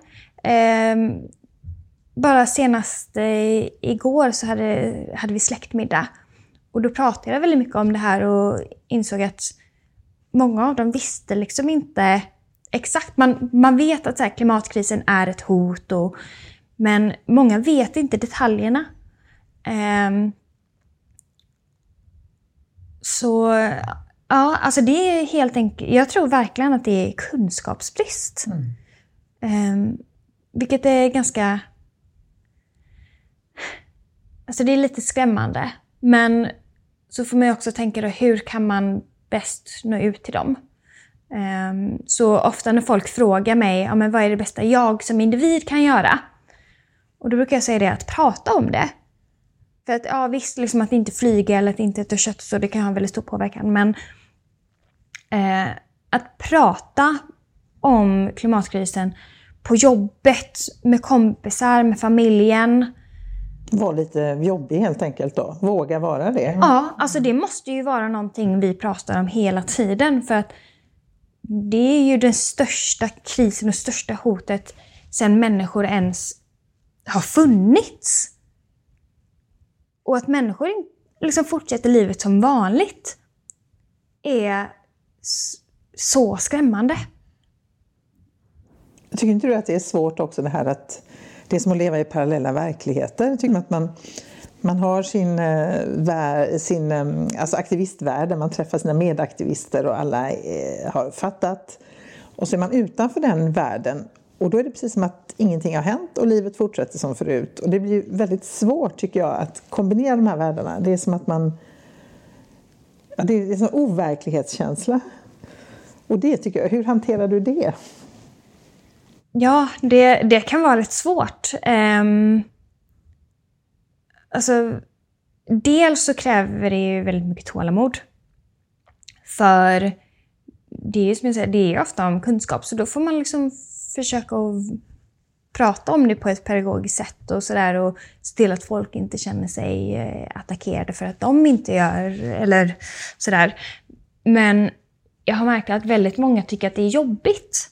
Bara senast igår så hade vi släktmiddag. Och då pratade jag väldigt mycket om det här och insåg att många av dem visste liksom inte exakt. Man vet att så här, klimatkrisen är ett hot men många vet inte detaljerna. Så ja, alltså det är helt enkelt. Jag tror verkligen att det är kunskapsbrist. Vilket är ganska. Alltså det är lite skrämmande. Men så får man också tänka då, hur kan man bäst nå ut till dem? Så ofta när folk frågar mig, ja, men vad är det bästa jag som individ kan göra? Och då brukar jag säga det, att prata om det. För att ja, visst, liksom att inte flyga eller att inte äta kött, så det kan ha en väldigt stor påverkan. Men att prata om klimatkrisen på jobbet, med kompisar, med familjen. Var lite jobbig helt enkelt då. Våga vara det. Ja, alltså det måste ju vara någonting vi pratar om hela tiden. För att det är ju den största krisen och största hotet sedan människor ens har funnits. Och att människor liksom fortsätter livet som vanligt är så skrämmande. Tycker inte du att det är svårt också det här att det är som att leva i parallella verkligheter? Tycker man att man har sin alltså aktivistvärld där man träffar sina medaktivister och alla har fattat. Och så är man utanför den världen. Och då är det precis som att ingenting har hänt och livet fortsätter som förut. Och det blir väldigt svårt tycker jag att kombinera de här världarna. Det är som att det är en sån overklighetskänsla. Och det tycker jag, hur hanterar du det? Ja, det kan vara rätt svårt. Alltså, dels så kräver det ju väldigt mycket tålamod. För det är ju som jag säger, det är ofta om kunskap. Så då får man liksom försöka att prata om det på ett pedagogiskt sätt och sådär. Och se till att folk inte känner sig attackerade för att de inte gör eller sådär. Men jag har märkt att väldigt många tycker att det är jobbigt.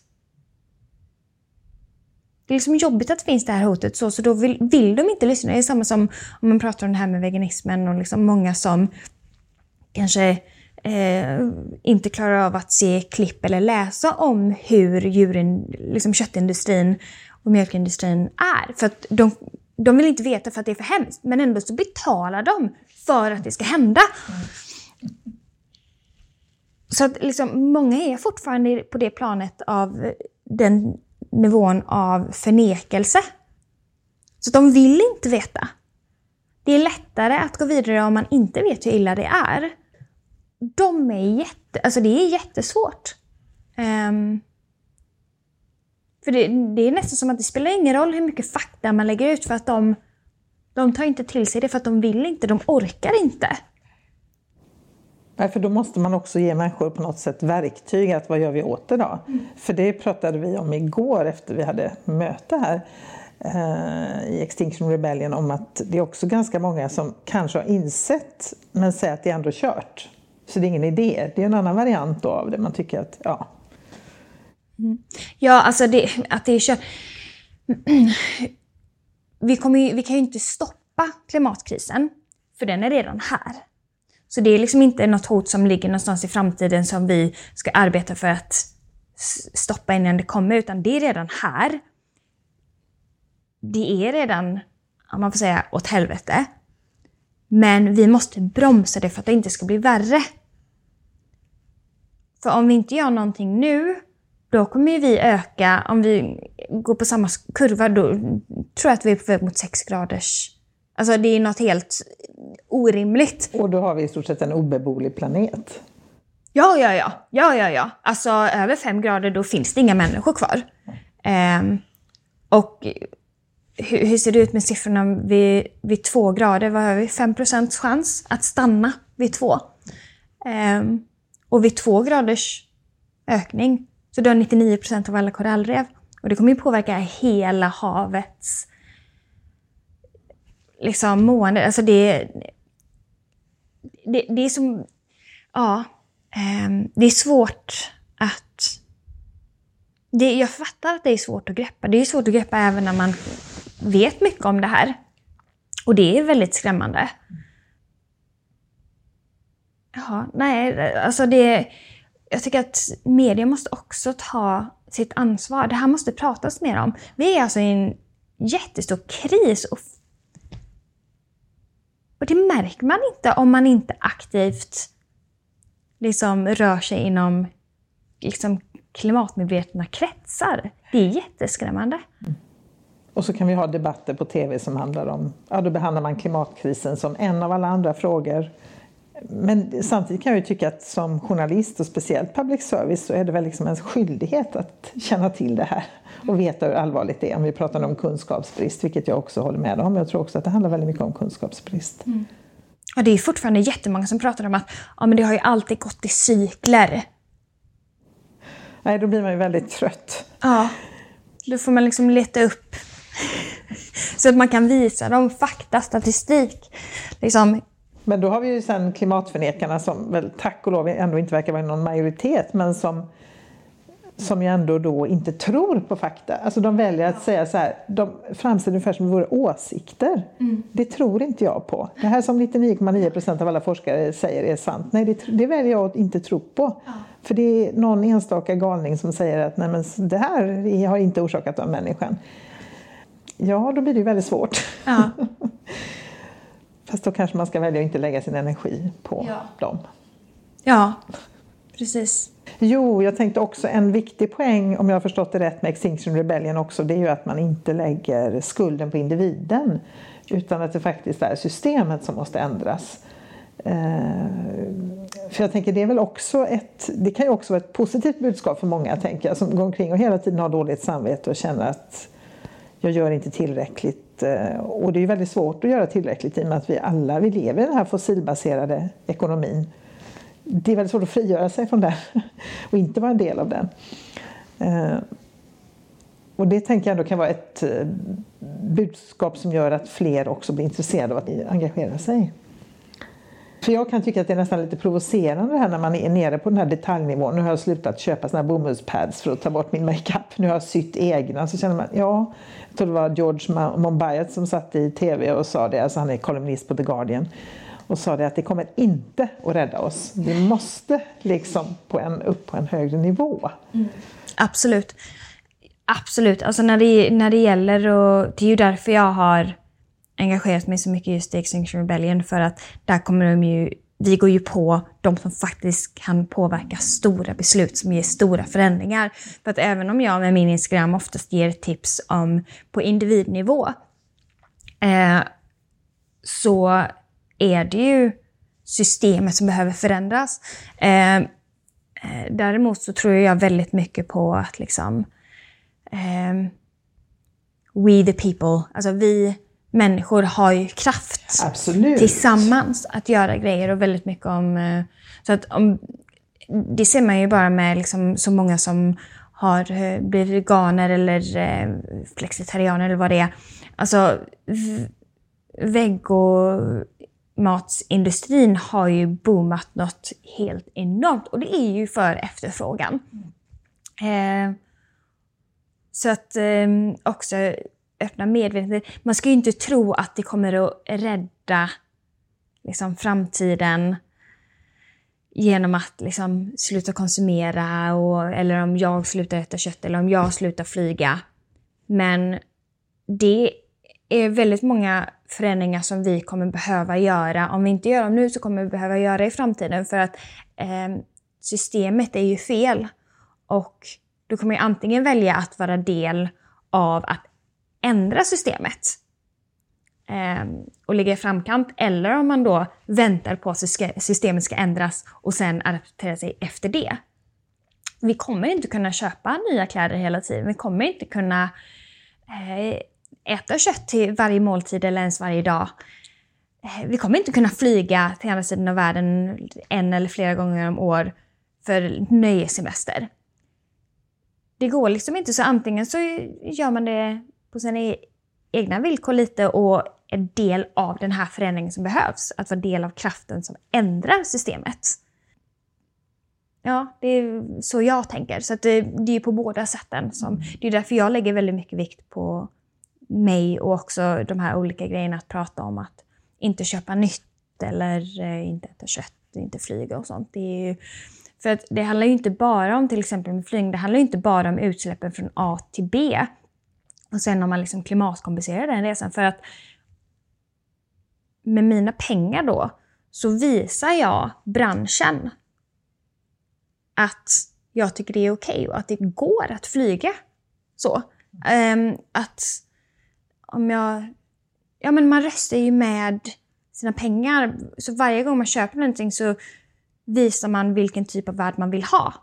Det är liksom jobbigt att det finns det här hotet så då vill de inte lyssna. Det är samma som om man pratar om det här med veganismen och liksom många som kanske inte klarar av att se klipp eller läsa om hur djuren, liksom köttindustrin och mjölkindustrin är. För att de vill inte veta för att det är för hemskt, men ändå så betalar de för att det ska hända. Så att liksom, många är fortfarande på det planet av den nivån av förnekelse. Så de vill inte veta. Det är lättare att gå vidare om man inte vet hur illa det är. Alltså det är jättesvårt. För det är nästan som att det spelar ingen roll hur mycket fakta man lägger ut, för att de tar inte till sig det för att de vill inte, de orkar inte. Nej, för då måste man också ge människor på något sätt verktyg att vad gör vi åt det då? För det pratade vi om igår efter vi hade möte här i Extinction Rebellion, om att det är också ganska många som kanske har insett men säger att det är ändå kört. Så det är ingen idé. Det är en annan variant då av det. Man tycker att, ja. Ja, alltså att det är kört. Vi kan ju inte stoppa klimatkrisen, för den är redan här. Så det är liksom inte något hot som ligger någonstans i framtiden som vi ska arbeta för att stoppa innan det kommer, utan det är redan här. Det är redan, om man får säga, åt helvete. Men vi måste bromsa det för att det inte ska bli värre. För om vi inte gör någonting nu, då kommer ju vi öka, om vi går på samma kurva, då tror jag att vi är på väg mot 6 graders. Alltså det är något helt orimligt. Och då har vi i stort sett en obeboelig planet. Ja. Alltså över 5 grader, då finns det inga människor kvar. Och hur ser det ut med siffrorna vid 2 grader? Vad har vi? 5% chans att stanna vid 2. Och vid 2 graders ökning så dör 99% av alla korallrev. Och det kommer ju påverka hela havets liksom mående. Alltså det är som... Ja, det är svårt att... jag fattar att det är svårt att greppa. Det är svårt att greppa även när man vet mycket om det här. Och det är väldigt skrämmande. Ja, nej, alltså jag tycker att media måste också ta sitt ansvar. Det här måste pratas mer om. Vi är alltså i en jättestor kris. Och det märker man inte om man inte aktivt liksom rör sig inom liksom klimatmedvetna kretsar. Det är jätteskrämmande. Och så kan vi ha debatter på tv som handlar om, då behandlar man klimatkrisen som en av alla andra frågor. Men samtidigt kan jag ju tycka att som journalist och speciellt public service så är det väl liksom en skyldighet att känna till det här och veta hur allvarligt det är. Om vi pratar om kunskapsbrist, vilket jag också håller med om. Jag tror också att det handlar väldigt mycket om kunskapsbrist. Mm. Och det är fortfarande jättemånga som pratar om att men det har ju alltid gått i cykler. Nej, då blir man ju väldigt trött. Ja, då får man liksom leta upp så att man kan visa dem fakta, statistik. Liksom. Men då har vi ju sen klimatförnekarna som väl tack och lov ändå inte verkar vara någon majoritet, men som ju ändå då inte tror på fakta. Alltså de väljer att säga så här, de framställer ungefär som våra åsikter. Mm. Det tror inte jag på. Det här som 99,9% av alla forskare säger är sant. Nej, det väljer jag att inte tro på. Ja. För det är någon enstaka galning som säger att nej, men det här har inte orsakat av människan. Ja, då blir det ju väldigt svårt. Ja. Fast då kanske man ska välja att inte lägga sin energi på dem. Ja, precis. Jo, jag tänkte också en viktig poäng, om jag har förstått det rätt med Extinction Rebellion också, det är ju att man inte lägger skulden på individen, utan att det faktiskt är systemet som måste ändras. För jag tänker det är väl också det kan ju också vara ett positivt budskap för många, tänker jag, som går omkring och hela tiden har dåligt samvete och känner att jag gör inte tillräckligt. Och det är ju väldigt svårt att göra tillräckligt i och med att vi lever i den här fossilbaserade ekonomin. Det är väldigt svårt att frigöra sig från den och inte vara en del av den. Och det tänker jag ändå kan vara ett budskap som gör att fler också blir intresserade av att engagera sig. För jag kan tycka att det är nästan lite provocerande här när man är nere på den här detaljnivån. Nu har jag slutat köpa såna här bomullspads för att ta bort min makeup. Nu har jag sytt egna. Så känner man, jag tror det var George Monbiot som satt i tv och sa det. Alltså han är kolumnist på The Guardian. Och sa det att det kommer inte att rädda oss. Vi måste liksom upp på en högre nivå. Mm. Absolut. Absolut. Alltså när det gäller, och det är ju därför jag har engagerat mig så mycket just i Extinction Rebellion, för att där kommer vi går ju på de som faktiskt kan påverka stora beslut som ger stora förändringar. För att även om jag med min Instagram oftast ger tips på individnivå, så är det ju systemet som behöver förändras. Däremot så tror jag väldigt mycket på att liksom we the people, alltså vi människor har ju kraft. Absolut. Tillsammans att göra grejer, och väldigt mycket om så att det ser man ju bara med liksom så många som har blivit veganer eller flexitarianer eller vad det är. Alltså vegomatsindustrin har ju boomat något helt enormt, och det är ju för efterfrågan. Så att också öppna medvetenhet. Man ska ju inte tro att det kommer att rädda liksom framtiden genom att liksom sluta konsumera, eller om jag slutar äta kött, eller om jag slutar flyga. Men det är väldigt många förändringar som vi kommer behöva göra. Om vi inte gör dem nu så kommer vi behöva göra i framtiden, för att systemet är ju fel. Och då kommer jag antingen välja att vara del av att ändra systemet och ligga i framkant, eller om man då väntar på att systemet ska ändras och sen adaptera sig efter det. Vi kommer inte kunna köpa nya kläder hela tiden. Vi kommer inte kunna äta kött till varje måltid eller ens varje dag. Vi kommer inte kunna flyga till andra sidan av världen en eller flera gånger om år för nöjessemester. Det går liksom inte, så antingen så gör man det på sina egna villkor lite och är del av den här förändringen som behövs. Att vara del av kraften som ändrar systemet. Ja, det är så jag tänker. Så att det är på båda sätten. Det är därför jag lägger väldigt mycket vikt på mig och också de här olika grejerna att prata om. Att inte köpa nytt eller inte äta kött, inte flyga och sånt. För att det handlar ju inte bara om till exempel med flygning. Det handlar ju inte bara om utsläppen från A till B. Och sen om man liksom klimatkompenserar den resan. För att med mina pengar då så visar jag branschen att jag tycker det är okej och att det går att flyga. Så. Att om men man röstar ju med sina pengar. Så varje gång man köper någonting så visar man vilken typ av värld man vill ha.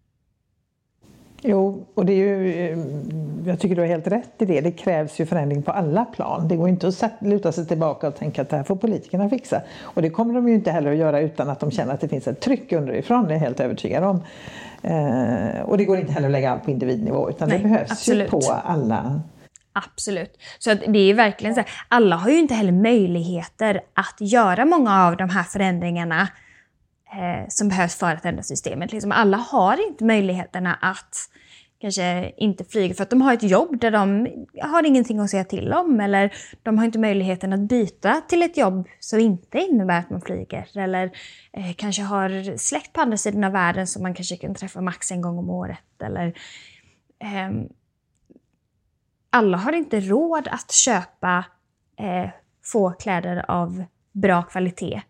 Jo, och det är ju, jag tycker du har helt rätt i det. Det krävs ju förändring på alla plan. Det går inte att luta sig tillbaka och tänka att det här får politikerna fixa. Och det kommer de ju inte heller att göra utan att de känner att det finns ett tryck underifrån, det är jag helt övertygad om. Och det går inte heller att lägga allt på individnivå, utan det behövs absolut. Ju på alla. Absolut. Så att det är verkligen så här, alla har ju inte heller möjligheter att göra många av de här förändringarna som behövs för att ändra systemet. Liksom alla har inte möjligheterna att kanske inte flyga för att de har ett jobb där de har ingenting att säga till om, eller de har inte möjligheten att byta till ett jobb som inte innebär att man flyger, eller kanske har släkt på andra sidan av världen som man kanske kan träffa max en gång om året, eller alla har inte råd att köpa få kläder av bra kvalitet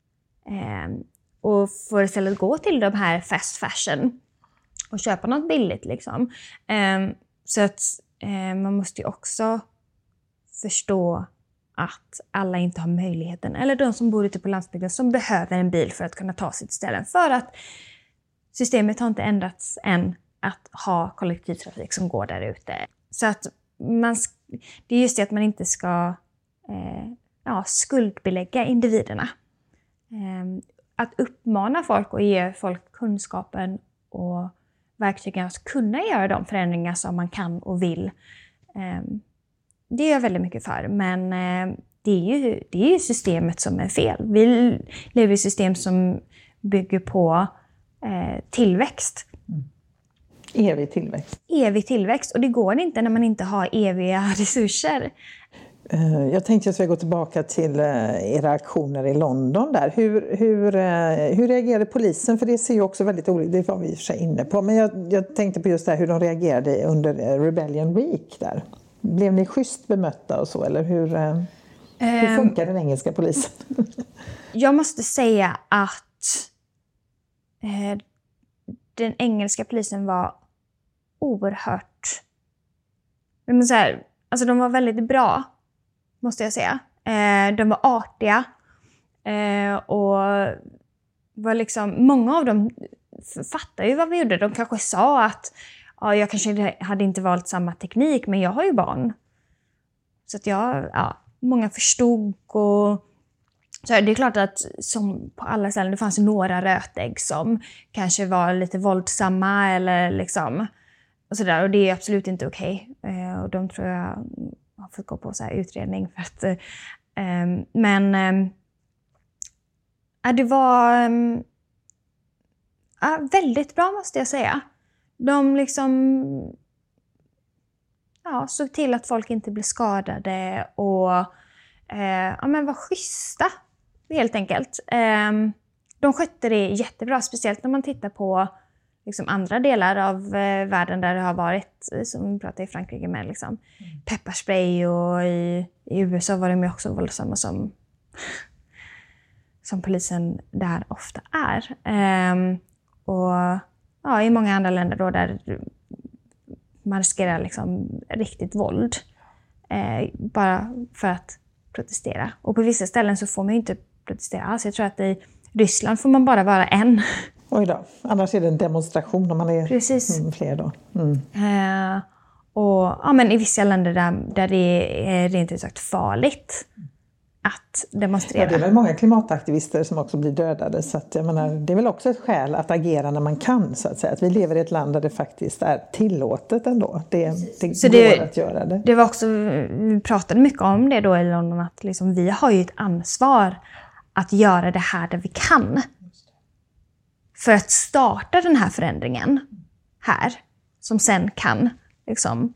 och får istället gå till de här fast fashion och köpa något billigt liksom. Så att man måste ju också förstå att alla inte har möjligheten, eller de som bor ute på landsbygden som behöver en bil för att kunna ta sitt ställen, för att systemet har inte ändrats än att ha kollektivtrafik som går där ute. Så att det är just det att man inte ska skuldbelägga individerna. Att uppmana folk och ge folk kunskapen och verktygen att kunna göra de förändringar som man kan och vill. Det är jag väldigt mycket för. Men det är ju systemet som är fel. Vi lever i ett system som bygger på tillväxt. Evig tillväxt. Evig tillväxt. Och det går inte när man inte har eviga resurser. Jag tänkte att jag ska gå tillbaka till era aktioner i London där. Hur reagerade polisen? För det ser ju också väldigt olika, det var vi i och för sig inne på. Men jag tänkte på just det här, hur de reagerade under Rebellion Week där. Blev ni schysst bemötta och så? Eller hur funkar den engelska polisen? Jag måste säga att den engelska polisen var oerhört... Alltså de var väldigt bra, måste jag säga. De var artiga och var liksom, många av dem fattar ju vad vi gjorde. De kanske sa att jag kanske hade inte valt samma teknik, men jag har ju barn. Så att många förstod. Och så det är klart att som på alla ställen, det fanns några rötägg som kanske var lite våldsamma eller liksom och sådär, och det är absolut inte okej. Och de tror jag har fått gå på så här utredning för att det var väldigt bra, måste jag säga. De liksom såg till att folk inte blev skadade och men var schyssta helt enkelt. De skötte det jättebra, speciellt när man tittar på liksom andra delar av världen där det har varit, som vi pratade i Frankrike med, liksom pepparspray, och i USA var de ju också våldsamma som polisen där ofta är. Och i många andra länder då där man riskerar liksom riktigt våld. Bara för att protestera. Och på vissa ställen så får man ju inte protestera alls. Jag tror att i Ryssland får man bara vara en. Oj då, annars är det en demonstration om man är fler då. Och men i vissa länder där det är rent ut sagt farligt att demonstrera. Ja, det är väl många klimataktivister som också blir dödade. Så att, jag menar, det är väl också ett skäl att agera när man kan. Så att säga. Att vi lever i ett land där det faktiskt är tillåtet ändå. Det går att göra det. Det var också, vi pratade mycket om det då i London. Att liksom, vi har ju ett ansvar att göra det här där vi kan. För att starta den här förändringen här. Som sen kan liksom,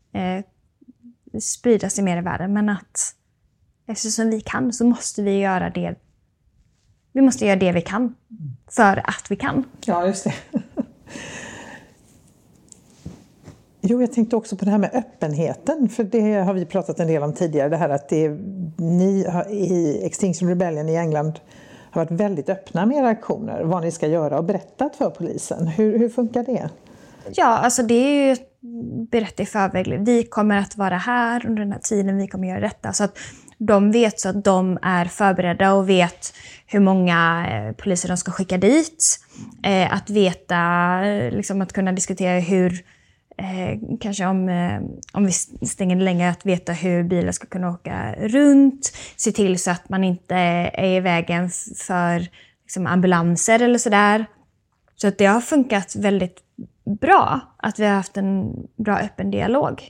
spridas i mer i världen. Men att eftersom vi kan så måste vi göra det. Vi måste göra det vi kan. För att vi kan. Ja, just det. Jo, jag tänkte också på det här med öppenheten. För det har vi pratat en del om tidigare. Det här att ni i Extinction Rebellion i England har varit väldigt öppna med era aktioner. Vad ni ska göra och berättat för polisen. Hur funkar det? Ja, alltså det är ju berättat i förväg. Vi kommer att vara här under den här tiden. Vi kommer göra detta. Så att de vet så att de är förberedda och vet hur många poliser de ska skicka dit. Att veta, liksom att kunna diskutera hur, kanske om vi stänger länge, att veta hur bilar ska kunna åka runt. Se till så att man inte är i vägen för liksom, ambulanser eller sådär. Så att det har funkat väldigt bra att vi har haft en bra öppen dialog.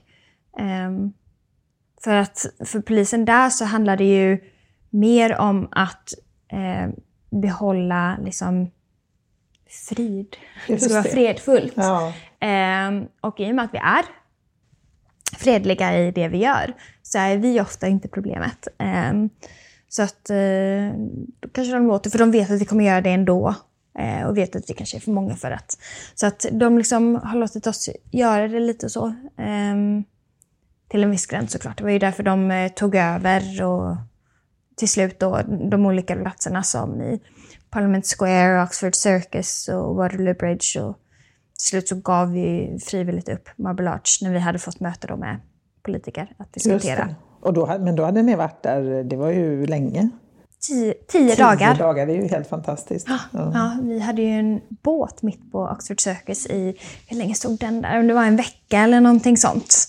För polisen där så handlar det ju mer om att behålla liksom frid. Det ska vara fredfullt. Ja. Och i och med att vi är fredliga i det vi gör så är vi ofta inte problemet. Så att då kanske de låter, för de vet att vi kommer göra det ändå. Och vet att vi kanske är för många för att. Så att de liksom har låtit oss göra det lite så. Till en viss gräns såklart. Det var ju därför de tog över och till slut då de olika platserna som i Parliament Square, Oxford Circus och Waterloo Bridge. Och till slut så gav vi frivilligt upp Marble Arch när vi hade fått möte då med politiker att diskutera. Och men då hade ni varit där, det var ju länge. 10 dagar. 10 dagar, det är ju helt fantastiskt. Ja, vi hade ju en båt mitt på Oxford Circus i, hur länge stod den där? Om det var en vecka eller någonting sånt.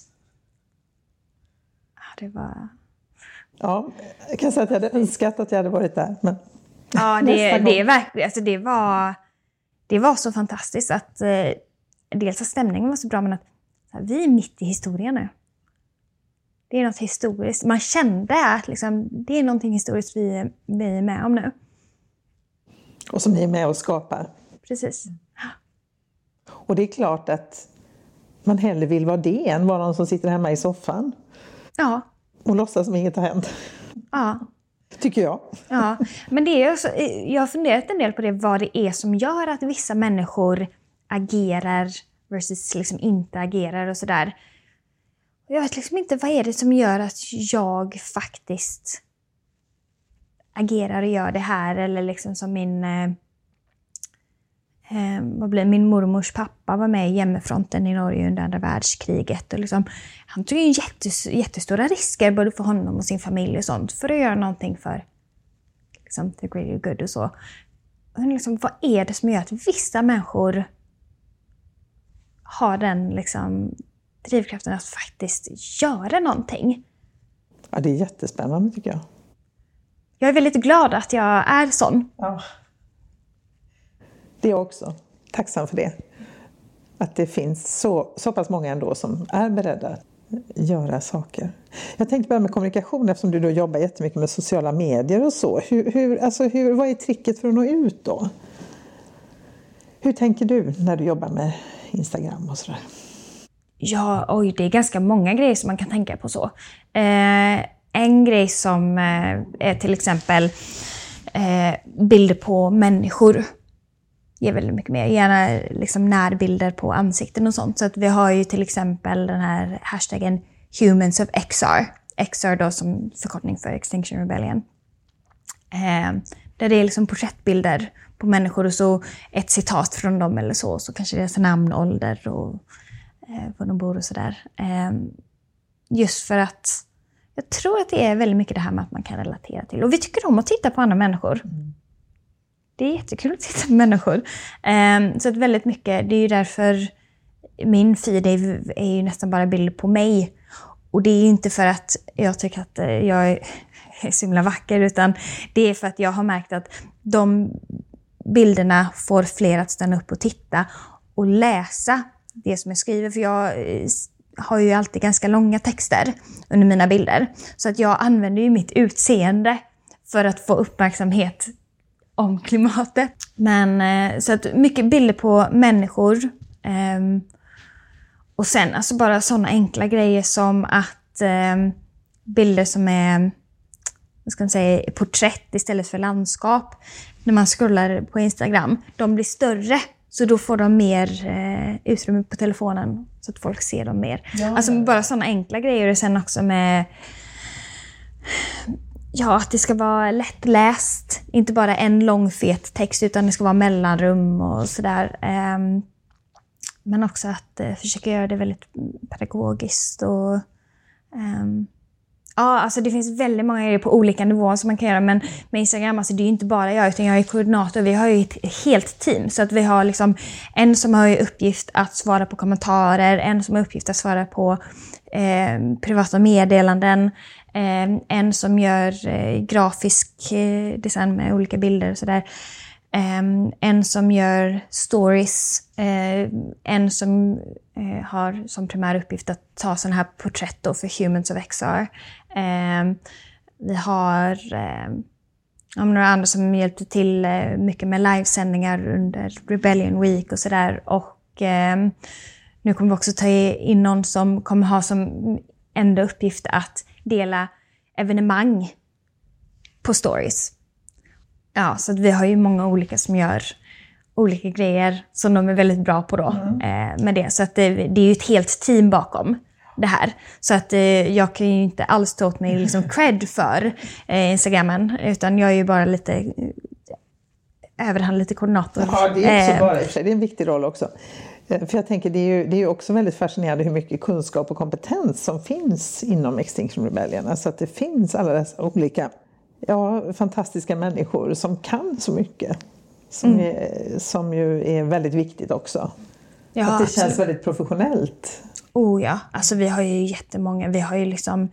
Det var... Ja, jag kan säga att jag hade önskat att jag hade varit där. Men ja, det är verkligen, alltså det var så fantastiskt att dels att stämningen var så bra, men att vi är mitt i historien nu. Det är något historiskt. Man kände att liksom, det är någonting historiskt vi är med om nu. Och som ni är med och skapar. Precis. Och det är klart att man hellre vill vara det än vara någon som sitter hemma i soffan. Ja. Och låtsas som inget har hänt. Ja. Tycker jag. Ja, men det är också, jag har funderat en del på det, vad det är som gör att vissa människor agerar versus liksom inte agerar och sådär. Jag vet liksom inte, vad är det som gör att jag faktiskt agerar och gör det här, eller liksom som min mormors pappa var med i Hjemmefronten i Norge under andra världskriget och liksom, han tog ju jättestora risker både för honom och sin familj och sånt för att göra någonting för liksom, the greater good och så. Och liksom, vad är det som gör att vissa människor har den liksom drivkraften att faktiskt göra någonting? Ja, det är jättespännande tycker jag. Jag är väldigt glad att jag är sån. Ja. Det är också. Tacksam för det. Att det finns så pass många ändå som är beredda att göra saker. Jag tänkte börja med kommunikation eftersom du då jobbar jättemycket med sociala medier och så. Vad är tricket för att nå ut då? Hur tänker du när du jobbar med Instagram och sådär? Ja, det är ganska många grejer som man kan tänka på så. En grej som är till exempel bilder på människor. Ger väldigt mycket mer. Gärna liksom närbilder på ansikten och sånt. Så att vi har ju till exempel den här hashtaggen Humans of XR. XR då som förkortning för Extinction Rebellion. Där det är liksom porträttbilder på människor och så ett citat från dem eller så. Så kanske deras namn, ålder och var de bor och sådär. Just för att jag tror att det är väldigt mycket det här med att man kan relatera till. Och vi tycker om att titta på andra människor. Det är jättekul att titta på människor. Så att väldigt mycket, det är ju därför min feed är ju nästan bara bilder på mig. Och det är ju inte för att jag tycker att jag är så himla vacker, utan det är för att jag har märkt att de bilderna får fler att stanna upp och titta och läsa det som jag skriver. För jag har ju alltid ganska långa texter under mina bilder. Så att jag använder ju mitt utseende för att få uppmärksamhet om klimatet. Men så att mycket bilder på människor. Och sen alltså bara sådana enkla grejer som att bilder som är, vad ska man säga, porträtt istället för landskap. När man scrollar på Instagram, de blir större. Så då får de mer utrymme på telefonen så att folk ser dem mer. Ja. Alltså bara sådana enkla grejer. Och sen också med att det ska vara lättläst. Inte bara en lång fet text, utan det ska vara mellanrum och sådär. Men också att försöka göra det väldigt pedagogiskt. Och, alltså det finns väldigt många grejer på olika nivåer som man kan göra. Men med Instagram, alltså det är ju inte bara jag, utan jag är koordinator. Vi har ju ett helt team. Så att vi har liksom en som har i uppgift att svara på kommentarer. En som har uppgift att svara på privata meddelanden. En som gör grafisk design med olika bilder och sådär. En som gör stories. En som har som primär uppgift att ta sådana här porträtt då för Humans of XR. Vi har några andra som hjälpte till mycket med livesändningar under Rebellion Week och sådär. Och nu kommer vi också ta in någon som kommer ha som enda uppgift att dela evenemang på stories. Ja, så att vi har ju många olika som gör olika grejer som de är väldigt bra på då med det. Så att det är ju ett helt team bakom det här. Så att jag kan ju inte alls ta åt mig liksom cred för Instagrammen, utan jag är ju bara lite överhand, lite koordinator. Ja, det är också bara i och för sig. Det är en viktig roll också. För jag tänker, det är ju också väldigt fascinerande hur mycket kunskap och kompetens som finns inom Extinction Rebellion. Alltså att det finns alla dessa olika fantastiska människor som kan så mycket. Som ju är väldigt viktigt också. Ja, att det känns väldigt professionellt. Ja, alltså vi har ju jättemånga. Vi har ju liksom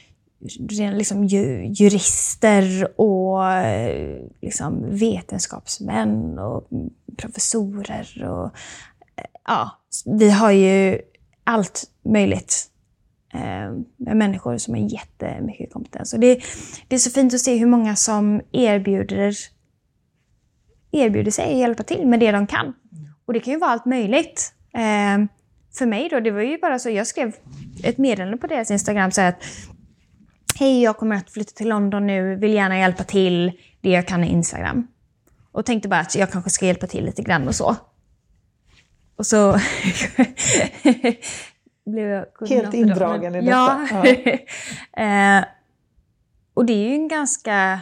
jurister och liksom vetenskapsmän och professorer. Och, vi har ju allt möjligt med människor som har jättemycket kompetens. Och det är så fint att se hur många som erbjuder sig att hjälpa till med det de kan. Och det kan ju vara allt möjligt. För mig då, det var ju bara så, jag skrev ett meddelande på deras Instagram så att hej, jag kommer att flytta till London nu, vill gärna hjälpa till det jag kan i Instagram. Och tänkte bara att jag kanske ska hjälpa till lite grann och så. Och så blev jag helt indragen i detta. Ja. Och det är ju en ganska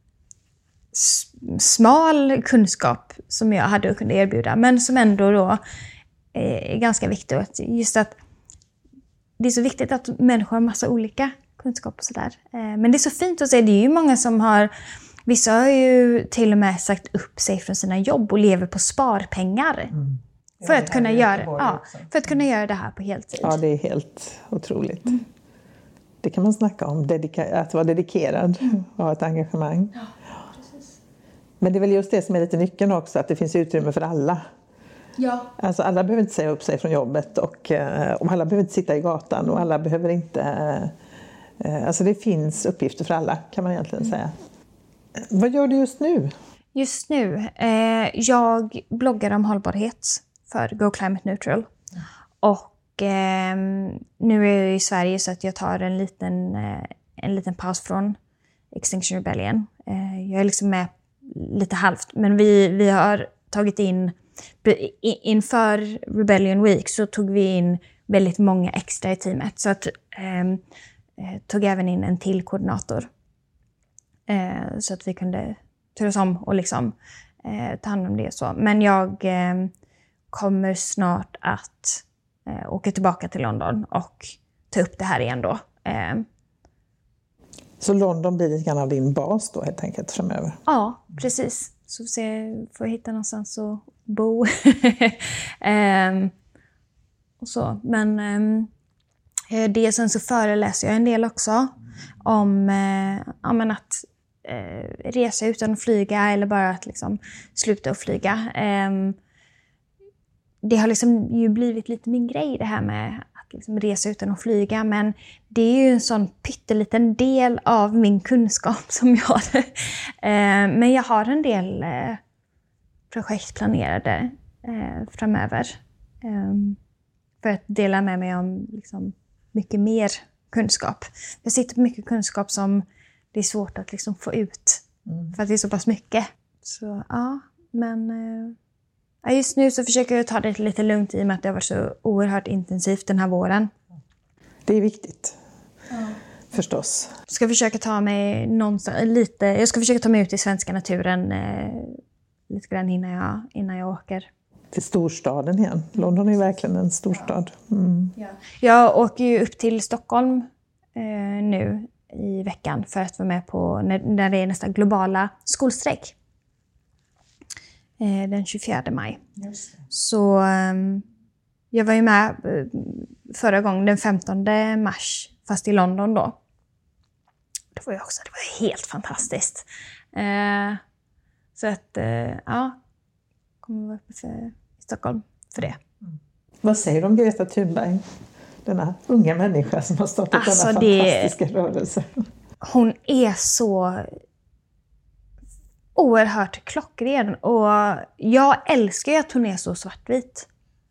smal kunskap som jag hade kunnat erbjuda, men som ändå då är ganska viktigt. Just att det är så viktigt att människor har massa olika kunskap och sådär. Men det är så fint att se, det är ju många som har, vissa har ju till och med sagt upp sig från sina jobb och lever på sparpengar. För att kunna göra det här på heltid. Ja, det är helt otroligt. Det kan man snacka om, att vara dedikerad och ha ett engagemang. Ja, precis. Men det är väl just det som är lite nyckeln också, att det finns utrymme för alla. Ja. Alltså alla behöver inte säga upp sig från jobbet och alla behöver inte sitta i gatan och alla behöver inte... Alltså det finns uppgifter för alla, kan man egentligen säga. Vad gör du just nu? Just nu? Jag bloggar om hållbarhet för Go Climate Neutral. Och nu är jag i Sverige så att jag tar en liten paus från Extinction Rebellion. Jag är liksom med lite halvt. Men vi har tagit in, inför Rebellion Week så tog vi in väldigt många extra i teamet. Så att tog även in en till koordinator. Så att vi kunde turas om och liksom ta hand om det så. Men jag kommer snart att åka tillbaka till London och ta upp det här igen då. Så London blir lite grann av din bas då helt enkelt framöver? Ja, precis. Så får jag hitta någonstans att bo. Och så. Men det sen så föreläser jag en del också om att resa utan att flyga eller bara att liksom sluta att flyga. Det har liksom ju blivit lite min grej det här med att liksom resa utan att flyga, men det är ju en sån pytteliten del av min kunskap som jag har. Men jag har en del projekt planerade framöver för att dela med mig om liksom mycket mer kunskap. Jag sitter på mycket kunskap som det är svårt att liksom få ut för att det är så pass mycket. Så ja, men just nu så försöker jag ta det lite lugnt i och med att det har varit så oerhört intensivt den här våren. Det är viktigt, förstås. Jag ska försöka ta mig jag ska försöka ta mig ut i svenska naturen lite grann innan jag åker. Till storstaden igen. London är verkligen en storstad. Ja. Jag åker ju upp till Stockholm nu i veckan för att vara med på när det är nästa globala skolstrejk. Den 24 maj. Just det. Så jag var ju med förra gången den 15 mars fast i London då. Det var helt fantastiskt. Så att kommer vara uppe i Stockholm för det. Vad säger du om Greta Thunberg? Denna unga människa som har startat denna fantastiska rörelse. Hon är så oerhört klockren och jag älskar ju att hon är så svartvit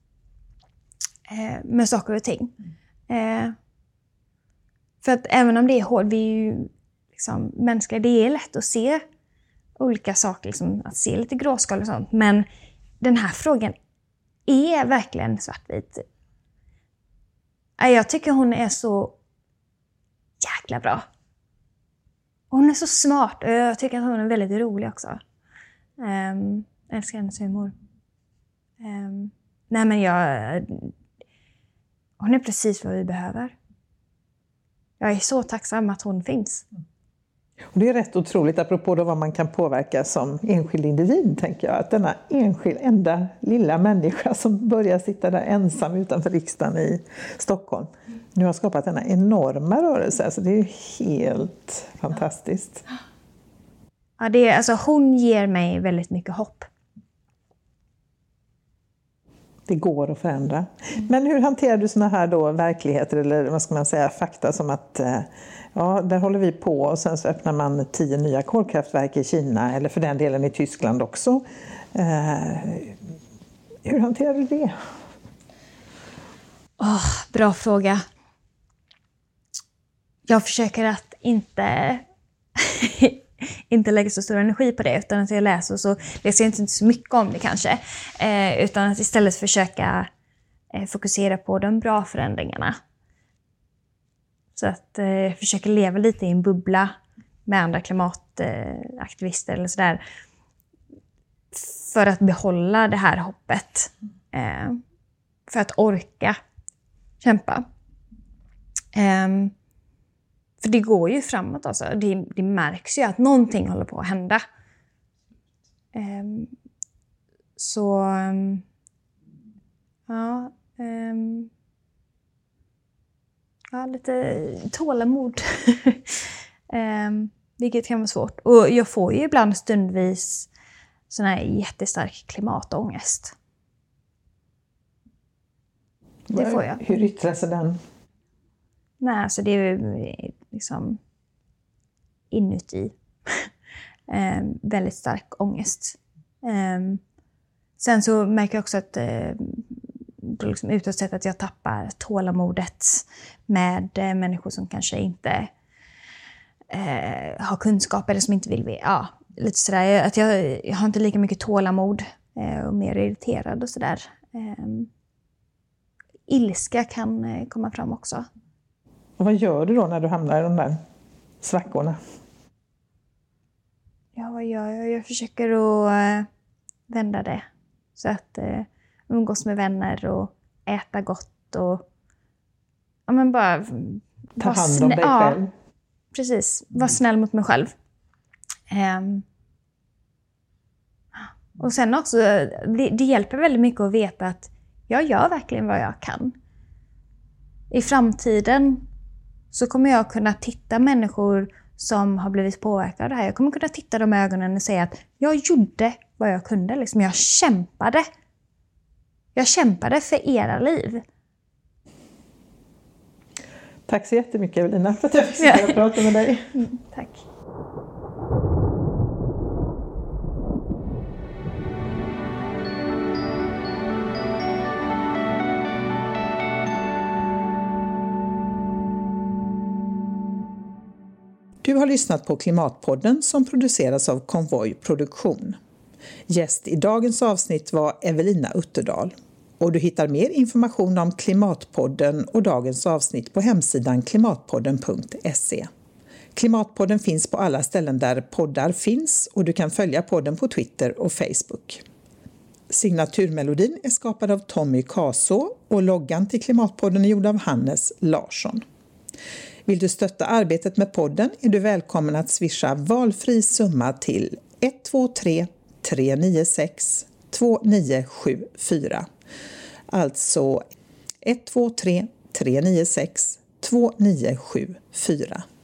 med saker och ting. För att även om det är hårt, vi är ju liksom mänskliga, det är lätt att se olika saker, liksom, att se lite gråskal och sånt. Men den här frågan är verkligen svartvit. Jag tycker hon är så jäkla bra. Hon är så smart och jag tycker att hon är väldigt rolig också. Jag älskar hennes humor. Hon är precis vad vi behöver. Jag är så tacksam att hon finns. Och det är rätt otroligt, apropå då vad man kan påverka som enskild individ, tänker jag. Att denna enda lilla människa som börjar sitta där ensam utanför riksdagen i Stockholm nu har skapat denna enorma rörelse. Alltså det är ju helt fantastiskt. Ja, hon ger mig väldigt mycket hopp. Det går att förändra. Men hur hanterar du såna här då verkligheter eller vad ska man säga, fakta som att där håller vi på och sen så öppnar man 10 nya kolkraftverk i Kina eller för den delen i Tyskland också. Hur hanterar du det? Bra fråga. Jag försöker att inte lägga så stor energi på det, utan att jag läser och så läser jag inte så mycket om det kanske. Utan att istället försöka fokusera på de bra förändringarna. Så att jag försöker leva lite i en bubbla med andra klimataktivister eller sådär. För att behålla det här hoppet. För att orka kämpa. För det går ju framåt alltså. Det märks ju att någonting håller på att hända. Lite tålamod. Vilket kan vara svårt. Och jag får ju ibland stundvis sån här jättestark klimatångest. Det får jag. Hur yttrar sig den? Nej, alltså det är liksom inuti. Väldigt stark ångest. Sen så märker jag också att liksom utåt sett att jag tappar tålamodet med människor som kanske inte har kunskap eller som inte vill veta. Ja, lite sådär. Att jag har inte lika mycket tålamod och mer irriterad och sådär. Ilska kan komma fram också. Och vad gör du då när du hamnar i de där svackorna? Ja, vad gör jag? Jag försöker att vända det. Så att umgås med vänner och äta gott annat och ja, men bara ta hand om dig själv. Ja, precis. Var snäll mot mig själv. Och sen också, det hjälper väldigt mycket att veta att jag gör verkligen vad jag kan. I framtiden så kommer jag kunna titta människor som har blivit påverkade av det här. Jag kommer kunna titta dem i ögonen och säga att jag gjorde vad jag kunde. Liksom. Jag kämpade. Jag kämpade för era liv. Tack så jättemycket Evelina för att jag fick prata med dig. Tack. Du har lyssnat på Klimatpodden som produceras av Konvoj Produktion. Gäst i dagens avsnitt var Evelina Utterdal. Och du hittar mer information om Klimatpodden och dagens avsnitt på hemsidan klimatpodden.se. Klimatpodden finns på alla ställen där poddar finns och du kan följa podden på Twitter och Facebook. Signaturmelodin är skapad av Tommy Kaso och loggan till Klimatpodden är gjord av Hannes Larsson. Vill du stötta arbetet med podden är du välkommen att swisha valfri summa till 123 396 2974. Alltså 123 396 2974.